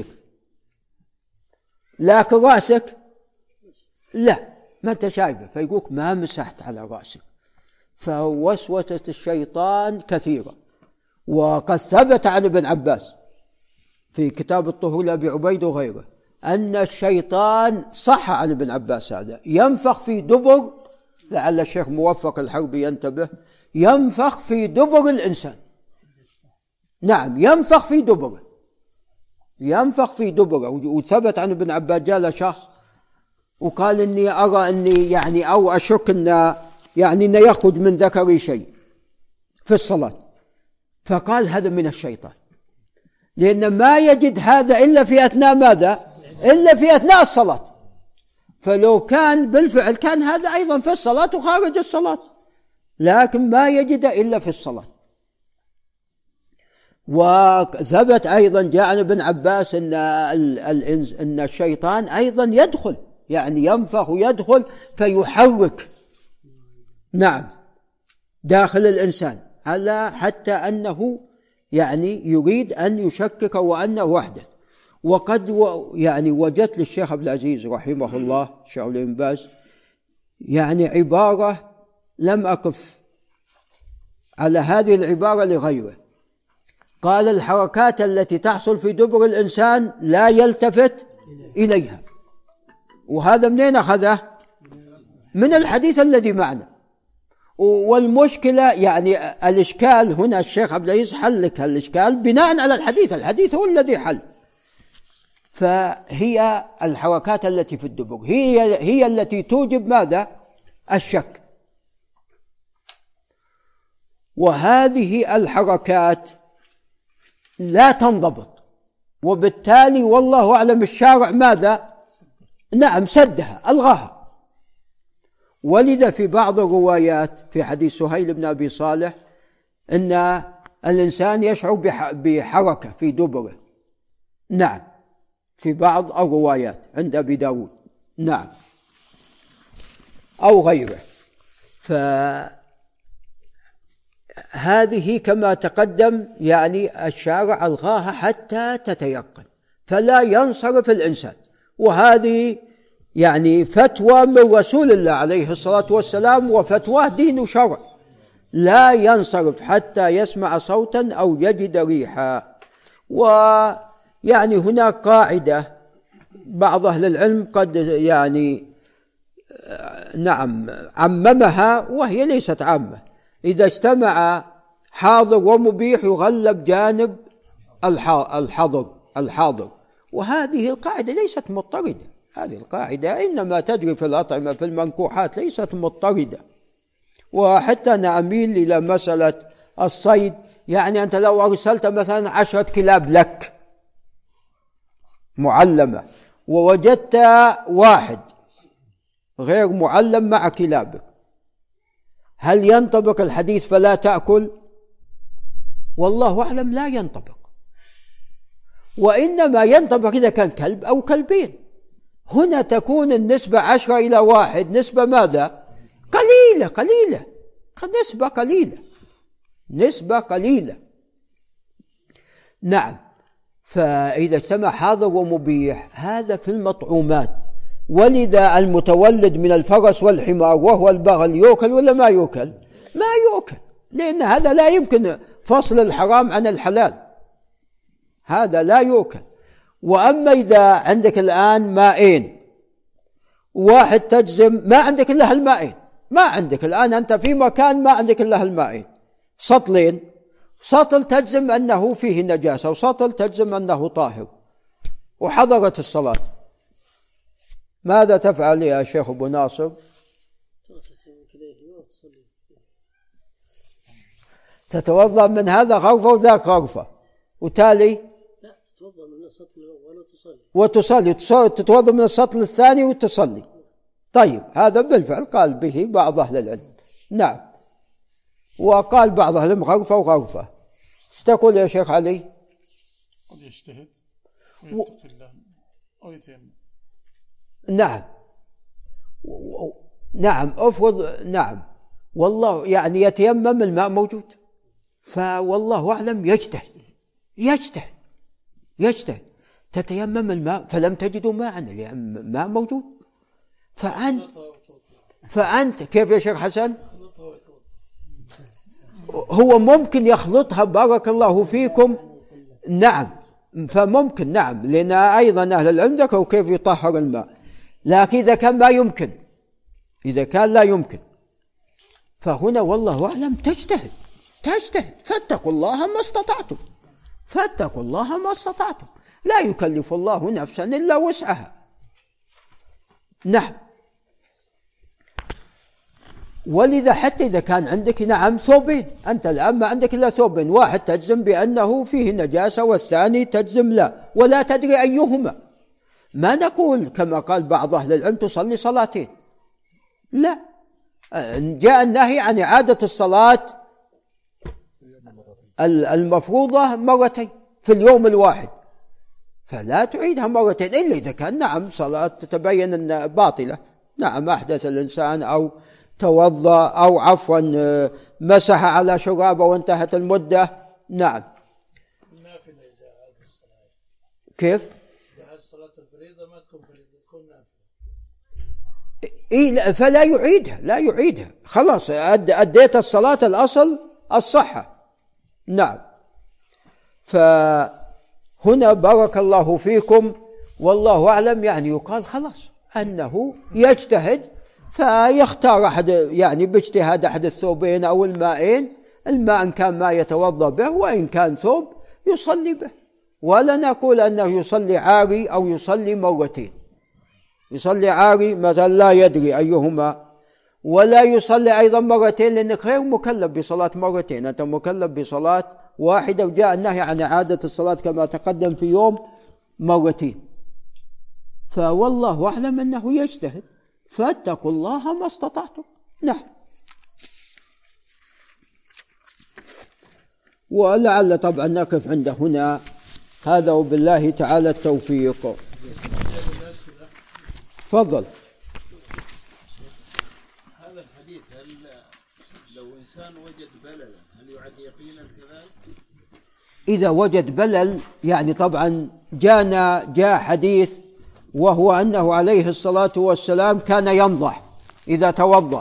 لكن رأسك لا ما انت شايفه، فيقولك ما مسحت على رأسك. فوسوسة الشيطان كثيرة، وقد ثبت عن ابن عباس في كتاب الطهور لأبي عبيد وغيره أن الشيطان صح عن ابن عباس هذا ينفخ في دبر، لعل الشيخ موفق الحربي ينتبه، ينفخ في دبر الإنسان. نعم ينفخ في دبره، ينفخ في دبره. وثبت عن ابن عباس جاء شخص وقال إني أرى أني يعني أو أشك أن يعني أن يخرج من ذكري شيء في الصلاة، فقال هذا من الشيطان، لأن ما يجد هذا إلا في أثناء ماذا؟ إلا في أثناء الصلاة. فلو كان بالفعل كان هذا أيضا في الصلاة وخارج الصلاة، لكن ما يجد إلا في الصلاة. وثبت أيضا جاء عن ابن عباس أن أن الشيطان أيضا يدخل، يعني ينفخ ويدخل فيحرك نعم داخل الإنسان، على حتى أنه يعني يريد أن يشكك وأنه أحدث. وقد و يعني وجدت للشيخ عبد العزيز رحمه الله الشيخ ابن باز يعني عبارة لم أقف على هذه العبارة لغيره. قال: الحركات التي تحصل في دبر الإنسان لا يلتفت إليها. وهذا منين أخذه؟ من الحديث الذي معنا. والمشكلة يعني الإشكال هنا الشيخ عبد العزيز حلك الإشكال بناء على الحديث، الحديث هو الذي حل. فهي الحركات التي في الدبر هي هي التي توجب ماذا؟ الشك. وهذه الحركات لا تنضبط، وبالتالي والله أعلم الشارع ماذا؟ نعم سدها ألغاها. ولذا في بعض الروايات في حديث سهيل بن أبي صالح أن الإنسان يشعر بحركة في دبره، نعم في بعض الروايات عند أبي داود نعم أو غيره. فهذه كما تقدم يعني الشارع ألغاها حتى تتيقن، فلا ينصرف الإنسان. وهذه يعني فتوى من رسول الله عليه الصلاة والسلام، وفتوى دين وشرع، لا ينصرف حتى يسمع صوتا أو يجد ريحا. ويعني هناك قاعدة بعض أهل العلم قد يعني نعم عممها وهي ليست عامة: إذا اجتمع حاضر ومبيح يغلب جانب الحاضر الحاضر. وهذه القاعدة ليست مضطردة، هذه القاعدة إنما تجري في الأطعمة في المنكوحات، ليست مضطردة. وحتى أنا أميل إلى مسألة الصيد، يعني أنت لو أرسلت مثلا عشرة كلاب لك معلمة ووجدت واحد غير معلم مع كلابك، هل ينطبق الحديث فلا تأكل؟ والله أعلم لا ينطبق، وإنما ينطبق إذا كان كلب أو كلبين. هنا تكون النسبة عشرة إلى واحد، نسبة ماذا؟ قليلة قليلة نسبة قليلة نسبة قليلة نعم. فإذا اجتمع حاضر ومبيح هذا في المطعومات. ولذا المتولد من الفرس والحمار وهو البغل يؤكل ولا ما يؤكل؟ ما يؤكل، لأن هذا لا يمكن فصل الحرام عن الحلال، هذا لا يؤكل. وأما إذا عندك الآن مائين، واحد تجزم ما عندك إلا هالمائين، ما عندك الآن أنت في مكان ما عندك إلا هالمائين، سطلين، سطل تجزم أنه فيه نجاسة وسطل تجزم أنه طاهر، وحضرت الصلاة، ماذا تفعل يا شيخ أبو ناصر؟ تتوضأ من هذا غرفة وذاك غرفة، وتالي تتوضأ من السطل الأول وتصلي وتصلي تتوضأ من السطل الثاني وتصلي. طيب هذا بالفعل قال به بعض أهل العلم، نعم، وقال بعض أهل العلم غرفة وغرفة. استقول يا شيخ علي؟ قد يجتهد ويتقي الله أو يتيمم. نعم و... نعم افرض نعم والله يعني يتيمم الماء موجود، فوالله أعلم يجتهد يجتهد يجتهد تتيمم الماء فلم تجدوا ماء، الماء موجود، فأنت فأنت كيف يا شيخ حسن؟ هو ممكن يخلطها بارك الله فيكم، نعم، فممكن نعم، لأن أيضا أهل العلم ذكروا كيف يطهر الماء، لكن إذا كان ما يمكن، إذا كان لا يمكن، فهنا والله أعلم تجتهد تجتهد فاتقوا الله ما استطعتم فاتقوا الله ما استطعتم، لا يكلف الله نفسا إلا وسعها. نعم. ولذا حتى إذا كان عندك نعم ثوبين، أنت الآن ما عندك إلا ثوبين، واحد تجزم بأنه فيه نجاسة والثاني تجزم لا، ولا تدري أيهما، ما نقول كما قال بعض أهل العلم تصلي صلاتين، لا، جاء النهي عن إعادة الصلاة المفروضة مرتين في اليوم الواحد، فلا تعيدها مرتين إلا إذا كان نعم صلاة تتبين أنها باطلة، نعم أحدث الإنسان أو توضأ أو عفوا مسح على شرابه وانتهت المدة. نعم. كيف؟ صلاة الفريضة ما تكون فريضة، تكون نافلة. إيه فلا يعيدها، لا يعيدها، خلاص أديت الصلاة، الأصل الصحة. نعم. فهنا بارك الله فيكم والله أعلم، يعني يقال خلاص أنه يجتهد فيختار أحد، يعني باجتهاد أحد الثوبين أو الماءين، الماء إن كان ما يتوضأ به وإن كان ثوب يصلي به، ولا نقول أنه يصلي عاري أو يصلي مرتين. يصلي عاري مثلا لا يدري أيهما، ولا يصلي أيضا مرتين لأنك غير مكلف بصلاة مرتين، أنت مكلف بصلاة واحدة، وجاء النهي عن إعادة الصلاة كما تقدم في يوم مرتين. فوالله أعلم أنه يجتهد، فاتقوا الله ما استطعتم. نعم. ولعل طبعا نقف عند هنا، هذا وبالله تعالى التوفيق. تفضل. هذا الحديث هل لو إنسان وجد بللا هل يعد يقينا كذلك؟ إذا وجد بلل، يعني طبعا جانا جاء حديث وهو أنه عليه الصلاة والسلام كان ينضح إذا توضأ،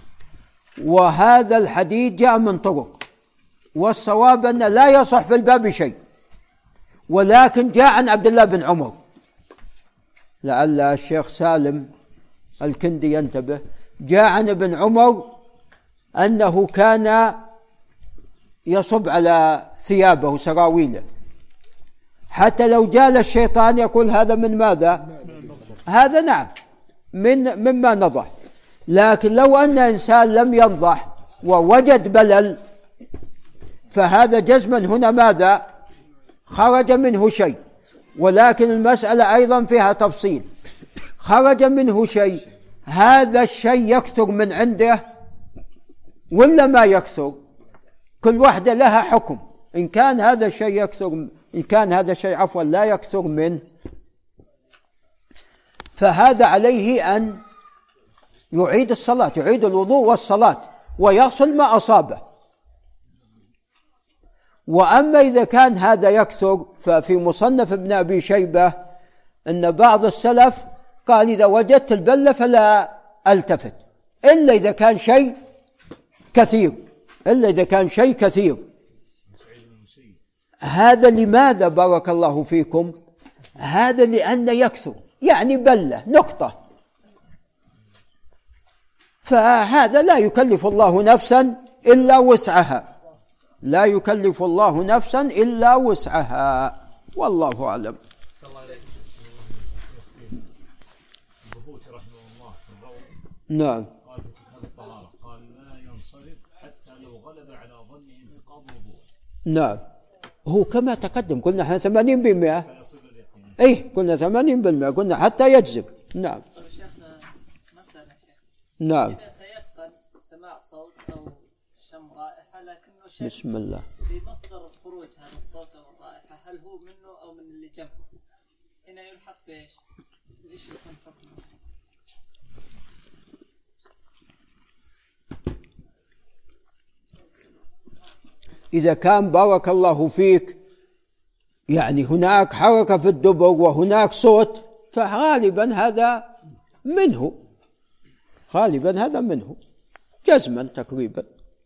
وهذا الحديث جاء من طرق، والصواب أن لا يصح في الباب شيء، ولكن جاء عن عبد الله بن عمر، لعل الشيخ سالم الكندي ينتبه، جاء عن ابن عمر أنه كان يصب على ثيابه سراويله حتى لو جال الشيطان يقول هذا من ماذا؟ هذا نعم من مما نضح. لكن لو أن إنسان لم ينضح ووجد بلل فهذا جزما هنا ماذا؟ خرج منه شيء، ولكن المسألة أيضا فيها تفصيل. خرج منه شيء، هذا الشيء يكثر من عنده ولا ما يكثر؟ كل واحدة لها حكم. إن كان هذا الشيء يكثر، إن كان هذا الشيء عفوا لا يكثر منه، فهذا عليه أن يعيد الصلاة، يعيد الوضوء والصلاة ويغسل ما أصابه. وأما إذا كان هذا يكثر، ففي مصنف ابن أبي شيبة أن بعض السلف قال إذا وجدت البلة فلا ألتفت إلا إذا كان شيء كثير، إلا إذا كان شيء كثير. هذا لماذا بارك الله فيكم؟ هذا لأن يكثر، يعني بلة نقطة، فهذا لا يكلف الله نفسا إلا وسعها، لا يكلف الله نفسا إلا وسعها، والله أعلم. البهوتي رحمه الله في الروض نعم. قال في كتاب الطهارة قال لا ينصرف حتى لو غلب على ظنه انتقاض وضوء. نعم، هو كما تقدم قلنا احنا ثمانين بالمئة، ايه قلنا ثمانين بالمئة، قلنا حتى يجذب. نعم. شيخنا مسألة شيخ. نعم. إذا تيقن سماع صوت أو شم رائحة لكنه شك بسم الله في مصدر خروج هذا الصوت أو الرائحة، هل هو منه أو من اللي جنبه؟ هنا يلحق بإيش؟ إيش يكون حكمه؟ إذا كان بارك الله فيك يعني هناك حركة في الدبر وهناك صوت، فغالبا هذا منه، غالبا هذا منه جزما تقريبا.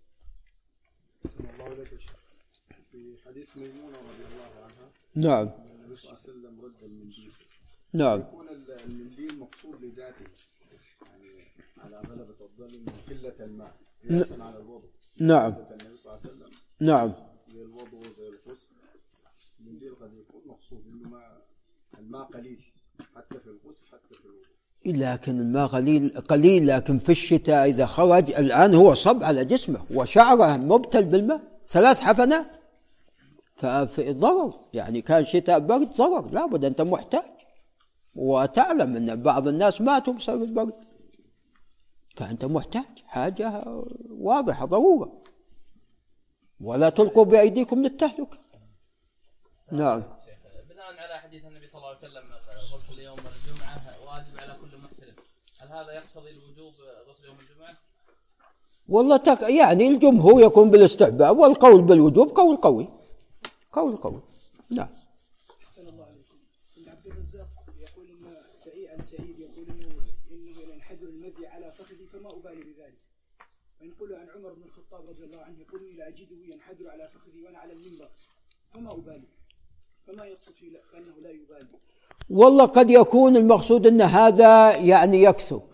في حديث ميمونة رضي الله عنها نعم. النبي صلى الله عليه وسلم رد المنديل. نعم. يكون المنديل مقصود لذاته، يعني على غلبة الظن من قلة الماء قياسا على الوضوء. نعم. النبي صلى الله عليه وسلم نعم. زي الوضوء زي الغسل، المنديل قد يكون مقصود انه ما الماء قليل حتى في الغسل حتى في الوضوء. لكن الماء قليل قليل، لكن في الشتاء إذا خرج الآن هو صب على جسمه وشعره مبتل بالماء ثلاث حفنات، ففي ضرر، يعني كان شتاء برد ضرر، لابد أنت محتاج، وتعلم أن بعض الناس ماتوا بسبب البرد، فأنت محتاج حاجة واضحة ضرورة. ولا تلقوا بأيديكم للتهلكة. نعم. بناء على حديث النبي صلى الله عليه وسلم غسل يوم الجمعة واجب على كل محترم، هل هذا يقتضي الوجوب غسل يوم الجمعة؟ والله تك يعني الجمهور يكون بالاستحباب، والقول بالوجوب قول قوي، قول قوي. نعم. أحسن الله عليكم. ابن عبد الرزاق يقول إن سعيد عن سعيد يقول إنه إنه ينحدر المذي على فخذي فما أبالي بذلك. وينقل عن عمر بن الخطاب رضي الله عنه يقول إني لأجده ينحدر على فخذي وأنا على المنبر فما أبالي. فما يقصد فيه أنه لا يبالي؟ والله قد يكون المقصود أن هذا يعني يكثر،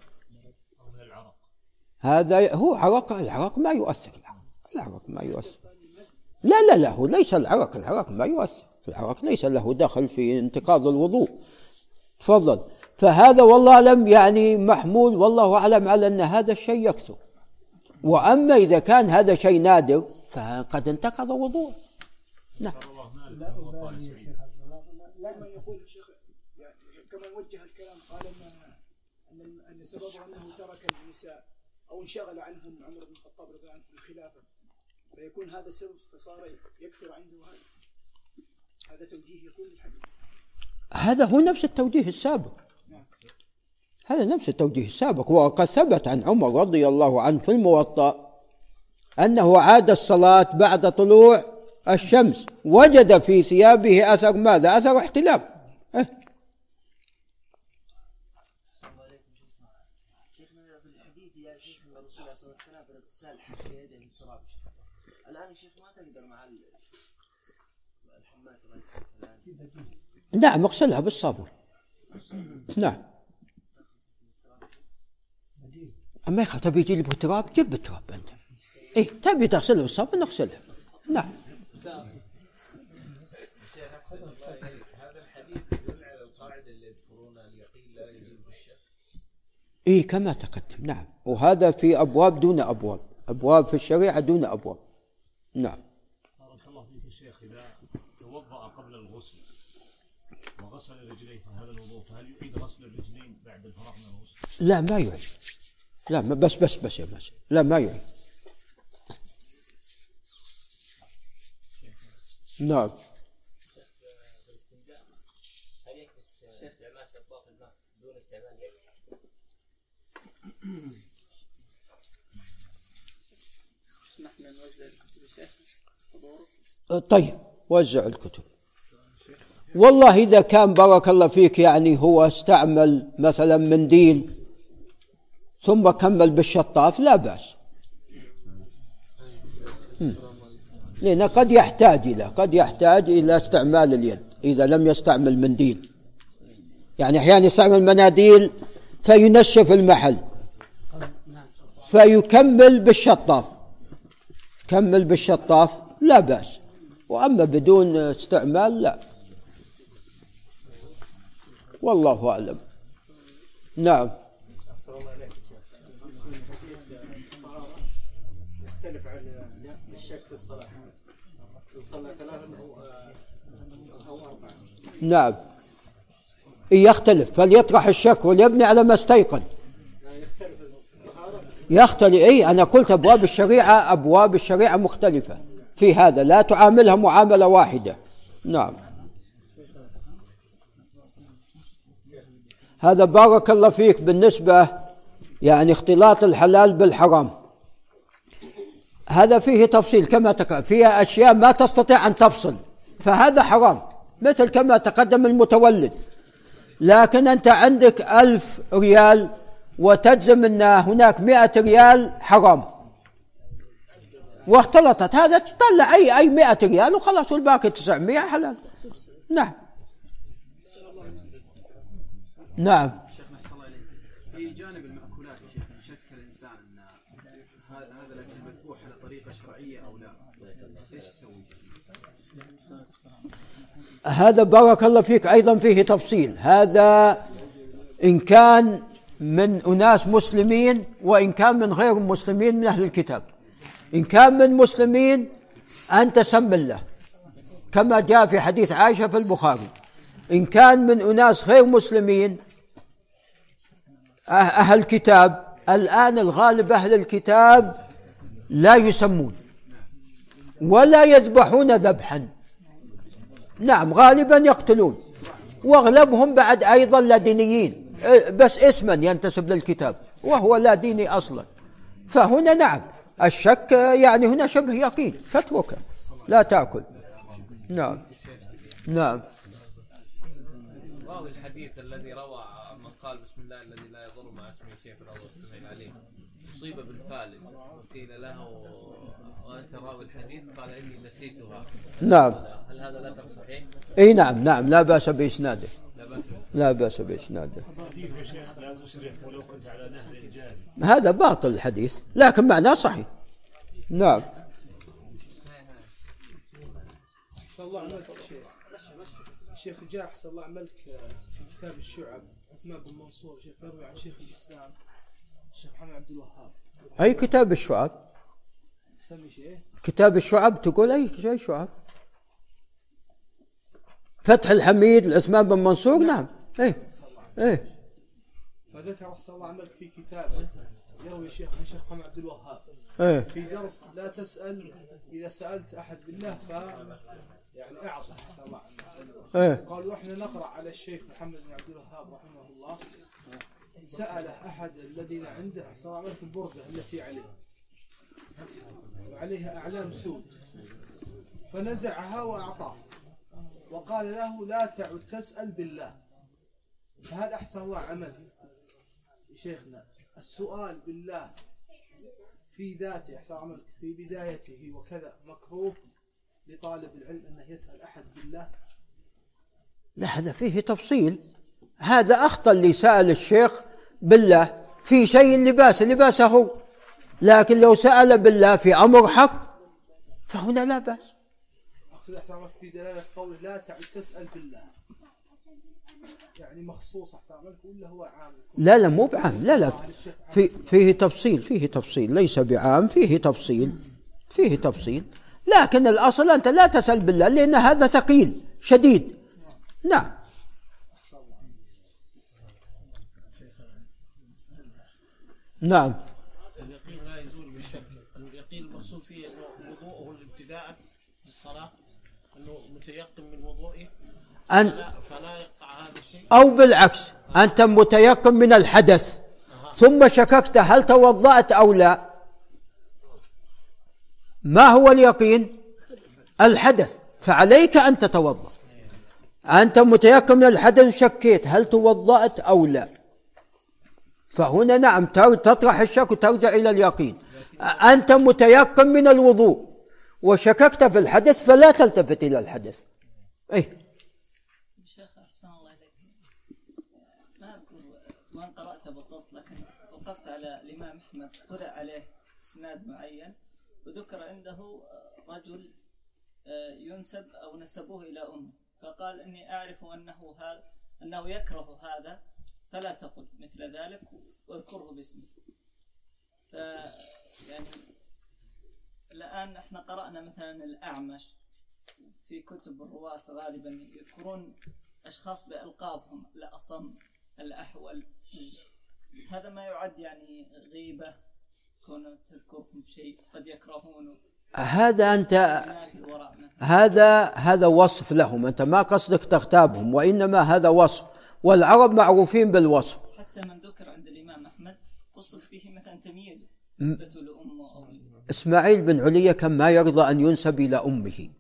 هذا هو عرق. العرق ما يؤثر، العرق ما يؤثر. لا لا لا، هو ليس العرق، العرق ما يؤثر، العرق ليس له دخل في انتقاض الوضوء. تفضل. فهذا والله أعلم يعني محمول والله أعلم على أن هذا الشيء يكثر. وأما إذا كان هذا شيء نادر فقد انتقض وضوء. نعم. لما يقول الشيخ يعني كما وجه الكلام قال ان ان سببه انه ترك النساء او انشغل عنهم عمر بن الخطاب رضي الله عنه في الخلافه، فيكون هذا السبب فصار يكثر عنده هذا هذا توجيه يكون الحديث. هذا هو نفس التوجيه السابق. هذا نفس التوجيه السابق. وقد ثبت عن عمر رضي الله عنه في الموطأ أنه عاد الصلاة بعد طلوع الشمس وجد في ثيابه أثر ماذا؟ أثر احتلام. أه؟ شيخنا في الحديث يا شيخ الرسول عليه الصلاة والسلام في الاغتسال حتى يده بالتراب. الآن الشيخ ما تقدر مع الحمات. نعم، اغسلها بالصابون. نعم. أما يا تبي تجيب تراب جيب التراب أنت. إيه تبي تغسلها بالصابون اغسلها. نعم. هذا الحديث يدل على القاعدة اللي يذكرونها اليقين لا يزول بالشك. إيه كما تقدم. نعم. وهذا في أبواب دون أبواب، أبواب في الشريعة دون أبواب. نعم. بارك الله فيك يا شيخ. إذا توضأ قبل الغسل وغسل رجليه فهذا الوضوء، فهل يعيد غسل الرجلين بعد الفراغ من الغسل؟ لا ما يعيد. لا بس بس بس يا ماشي. لا ما يعيد. نعم. هل يكفي استعمال شطاف الماء دون استعمال يد؟ اسمح لنا نوزع الكتب يا شيخ حضور. طيب وزع الكتب. والله إذا كان بارك الله فيك يعني هو استعمل مثلا منديل ثم كمل بالشطاف لا بأس، لأنه قد يحتاج إلى قد يحتاج إلى استعمال اليد إذا لم يستعمل منديل. يعني أحيانا يستعمل مناديل فينشف المحل فيكمل بالشطاف، كمل بالشطاف لا بأس. وأما بدون استعمال لا، والله أعلم. نعم. يختلف عن الشك في الصلاة، صلى ثلاثة أو أربعة. نعم يختلف، فليطرح الشك وليبني على ما استيقن. يختلف. أي أنا قلت أبواب الشريعة أبواب الشريعة مختلفة في هذا، لا تعاملها معاملة واحدة. نعم. هذا بارك الله فيك بالنسبة يعني اختلاط الحلال بالحرام، هذا فيه تفصيل كما تقدم، فيها أشياء ما تستطيع أن تفصل فهذا حرام، مثل كما تقدم المتولد. لكن أنت عندك ألف ريال وتجزم أن هناك مئة ريال حرام واختلطت، هذا تطلع أي أي مئة ريال وخلاص والباقي تسعمئة حلال. نعم. نعم. شيخنا أحسن الله إليك، في جانب المأكولات يا شيخ شك الإنسان أن هذا الأكل مذبوح على طريقة شرعية أو لا، إيش يسوي؟ هذا بارك الله فيك أيضا فيه تفصيل. هذا إن كان من أناس مسلمين وإن كان من غير مسلمين من أهل الكتاب. إن كان من مسلمين أنت سم الله كما جاء في حديث عائشة في البخاري. إن كان من أناس غير مسلمين أهل الكتاب، الآن الغالب أهل الكتاب لا يسمون، ولا يذبحون ذبحا. نعم غالبا يقتلون، واغلبهم بعد ايضا لا دينيين، بس اسما ينتسب للكتاب وهو لا ديني اصلا. فهنا نعم الشك يعني هنا شبه يقين، فاتركه لا تاكل. نعم نعم. راوي الحديث الذي روى من قال بسم الله الذي لا يضر مع اسمه شيء في الارض والسماء عليه اصيب بالفالس، وقيل له وانت راوي الحديث قال اني نسيتها. نعم. هل هذا الاثر صحيح؟ اي نعم نعم لا باس باسناده. لا باس باسناده. هذا باطل الحديث لكن معناه صحيح. نعم. أحسن الله عملك شيخ الشيخ جاء أحسن الله عملك في كتاب الشعب عثمان بن منصور شيخ يروي عن شيخ الإسلام الشيخ محمد عبد الوهاب. أي كتاب الشعب؟ سمي شيء كتاب الشعب تقول أي شيء شعب؟ فتح الحميد العثمان بن منصور. نعم إيه إيه. فذكر أحسن الله عملك في كتابه يروي الشيخ عن الشيخ محمد عبد الوهاب إيه. في درس لا تسأل إذا سألت أحد بالله ف يعني أعطى أحسن الله عنه. إيه. قالوا إحنا نقرأ على الشيخ محمد بن عبد الوهاب رحمه الله سأل أحد الذين عنده أحسن الله عملك البردة التي عليه وعليها أعلام سود فنزعها وأعطاه وقال له لا تعد تسأل بالله. فهذا أحسن الله عمل شيخنا السؤال بالله في ذاته أحسن عملك في بدايته وكذا مكروه لطالب العلم أنه يسأل أحد بالله. لا هذا فيه تفصيل. هذا أخطأ اللي سأل الشيخ بالله في شيء لباس لباسه، لكن لو سأل بالله في أمر حق فهنا لا بأس. أقصد أحسن عملك في دلالة قوله لا تعد تسأل بالله يعني مخصوص أحسن عملك ولا هو عام؟ لا لا مو بعام. لا لا في فيه تفصيل فيه تفصيل ليس بعام، فيه تفصيل فيه تفصيل لكن الأصل أنت لا تسأل بالله لأن هذا ثقيل شديد. نعم. نعم. اليقين لا يزول بالشك. اليقين المقصود فيه انه وضوءه الابتداء بالصلاه انه متيقن من وضوئه أن فلا, فلا يقطع هذا الشيء، أو بالعكس أنت متيقن من الحدث ثم شككت هل توضأت أو لا. ما هو اليقين؟ الحدث، فعليك أن تتوضأ. أنت متيقن من الحدث شكيت هل توضأت أو لا، فهنا نعم تطرح الشك وترجع إلى اليقين. أنت متيقن من الوضوء وشككت في الحدث فلا تلتفت إلى الحدث. إيه. شيخ أحسن الله إليك، ما أذكر وين قرأت بالضبط لكن وقفت على الإمام أحمد قرأ عليه إسناد معين وذكر عنده رجل ينسب أو نسبوه إلى أمه فقال إني أعرف أنه هذا أنه يكره هذا فلا تقل مثل ذلك واذكره باسمه. ف يعني الآن احنا قرأنا مثلا الأعمش في كتب الرواة غالبا يذكرون أشخاص بألقابهم الأصم الأحول، هذا ما يعد يعني غيبة كون تذكرهم شيء قد يكرهونه. هذا أنت هذا هذا وصف لهم، أنت ما قصدك تغتابهم وإنما هذا وصف، والعرب معروفين بالوصف. حتى من ذكر عند الإمام أحمد وصف به مثلا تمييزه نسبته لأمه أو إسماعيل بن علية كان ما يرضى أن ينسب إلى أمه،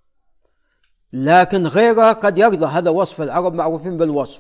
لكن غيره قد يرضى. هذا وصف، العرب معروفين بالوصف.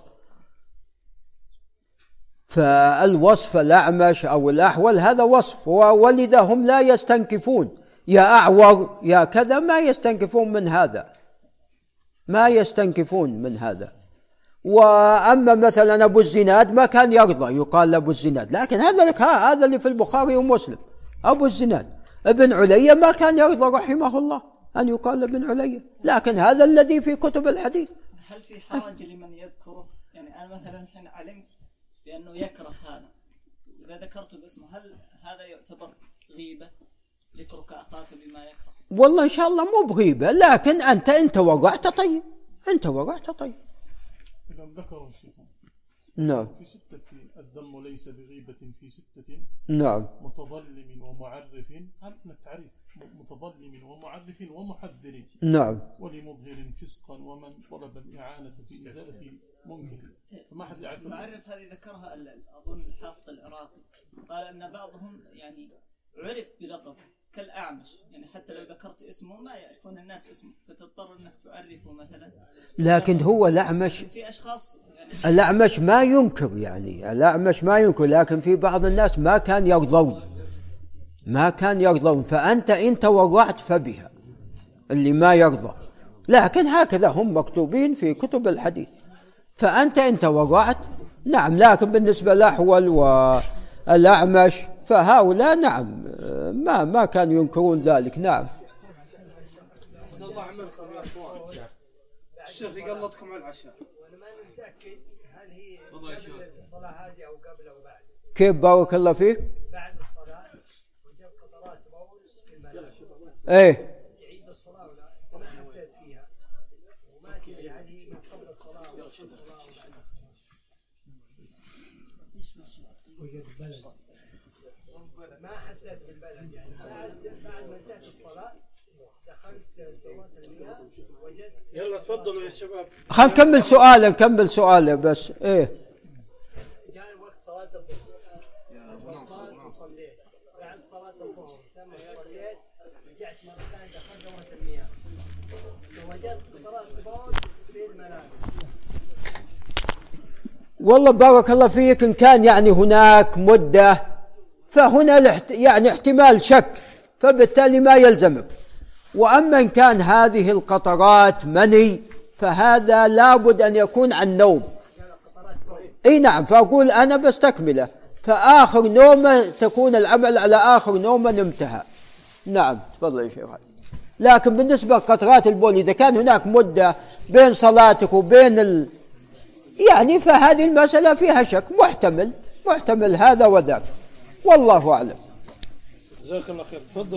فالوصف الأعمش أو الأحول هذا وصف، ولذا هم لا يستنكفون يا أعور يا كذا، ما يستنكفون من هذا، ما يستنكفون من هذا. وأما مثلا أبو الزناد ما كان يرضى يقال أبو الزناد، لكن هذا لك هذا اللي في البخاري ومسلم أبو الزناد. ابن علية ما كان يرضى رحمه الله أن يقال ابن علية، لكن هذا الذي في كتب الحديث. هل في حرج لمن يذكره؟ يعني أنا مثلا الحين علمت بأنه يكره هذا، إذا ذكرته باسمه هل هذا يعتبر غيبة؟ ذكرك أخاك بما يكره. والله إن شاء الله مو بغيبة، لكن أنت أنت وقعت طيب، أنت وقعت طيب. إذا ذكروا شيخنا نعم في ستة الذم ليس بغيبة في ستة نعم متظلم ومعرف. هل التعريف متظلم ومعرف ومحذر نعم ولمظهر فسقا ومن طلب الإعانة في إزالة منكر. فما حد يعرف المعرف هذه ذكرها أظن الحافظ العراقي، قال أن بعضهم يعني عرف بلقب كالأعمش، يعني حتى لو ذكرت اسمه ما يعرفون الناس اسمه فتضطر أنك تعرفه مثلا. لكن هو الأعمش في أشخاص يعني الأعمش ما ينكر، يعني الأعمش ما ينكر، لكن في بعض الناس ما كان يرضون ما كان يرضون فأنت إن تورعت فبها اللي ما يرضى، لكن هكذا هم مكتوبين في كتب الحديث، فأنت إن تورعت نعم. لكن بالنسبة للأحول والأعمش فهؤلاء نعم ما ما كانوا ينكرون ذلك. نعم. الله عملكم يا اخوان، الشيخ يقلطكم على العشاء. وانا ما متاكد هل هي الصلاه هذه او قبل او بعد. كيف بارك الله فيك؟ بعد الصلاه وجب قطرات بول في الملابس. ايه يعيد الصلاه ولا ما حسيت فيها وما تدري هل هي من قبل الصلاه او في الصلاه او بعد الصلاه. وجد بلد ما حسيت بالبلد، يعني بعد بعد ما انتهت الصلاه دخلت دورات المياه وجدت. يلا تفضلوا يا شباب. خلينا نكمل سؤاله نكمل سؤاله بس. ايه جاء وقت صلاه الظهر وصلت وصليت، بعد صلاه الظهر تم صليت رجعت مره ثانيه دخلت دورة المياه فوجدت قطرات بول في الملابس. والله بارك الله فيك، إن كان يعني هناك مدة فهنا يعني احتمال شك، فبالتالي ما يلزمك. وأما إن كان هذه القطرات مني فهذا لابد أن يكون عن نوم. اي نعم، فأقول أنا بستكمله، فآخر نومه تكون العمل على آخر نومه انتهى. نعم تفضل يا شيخ. لكن بالنسبة لقطرات البول إذا كان هناك مدة بين صلاتك وبين ال... يعني فهذه المسألة فيها شك، محتمل محتمل هذا وذاك، والله أعلم. جزاك الله خير. تفضل.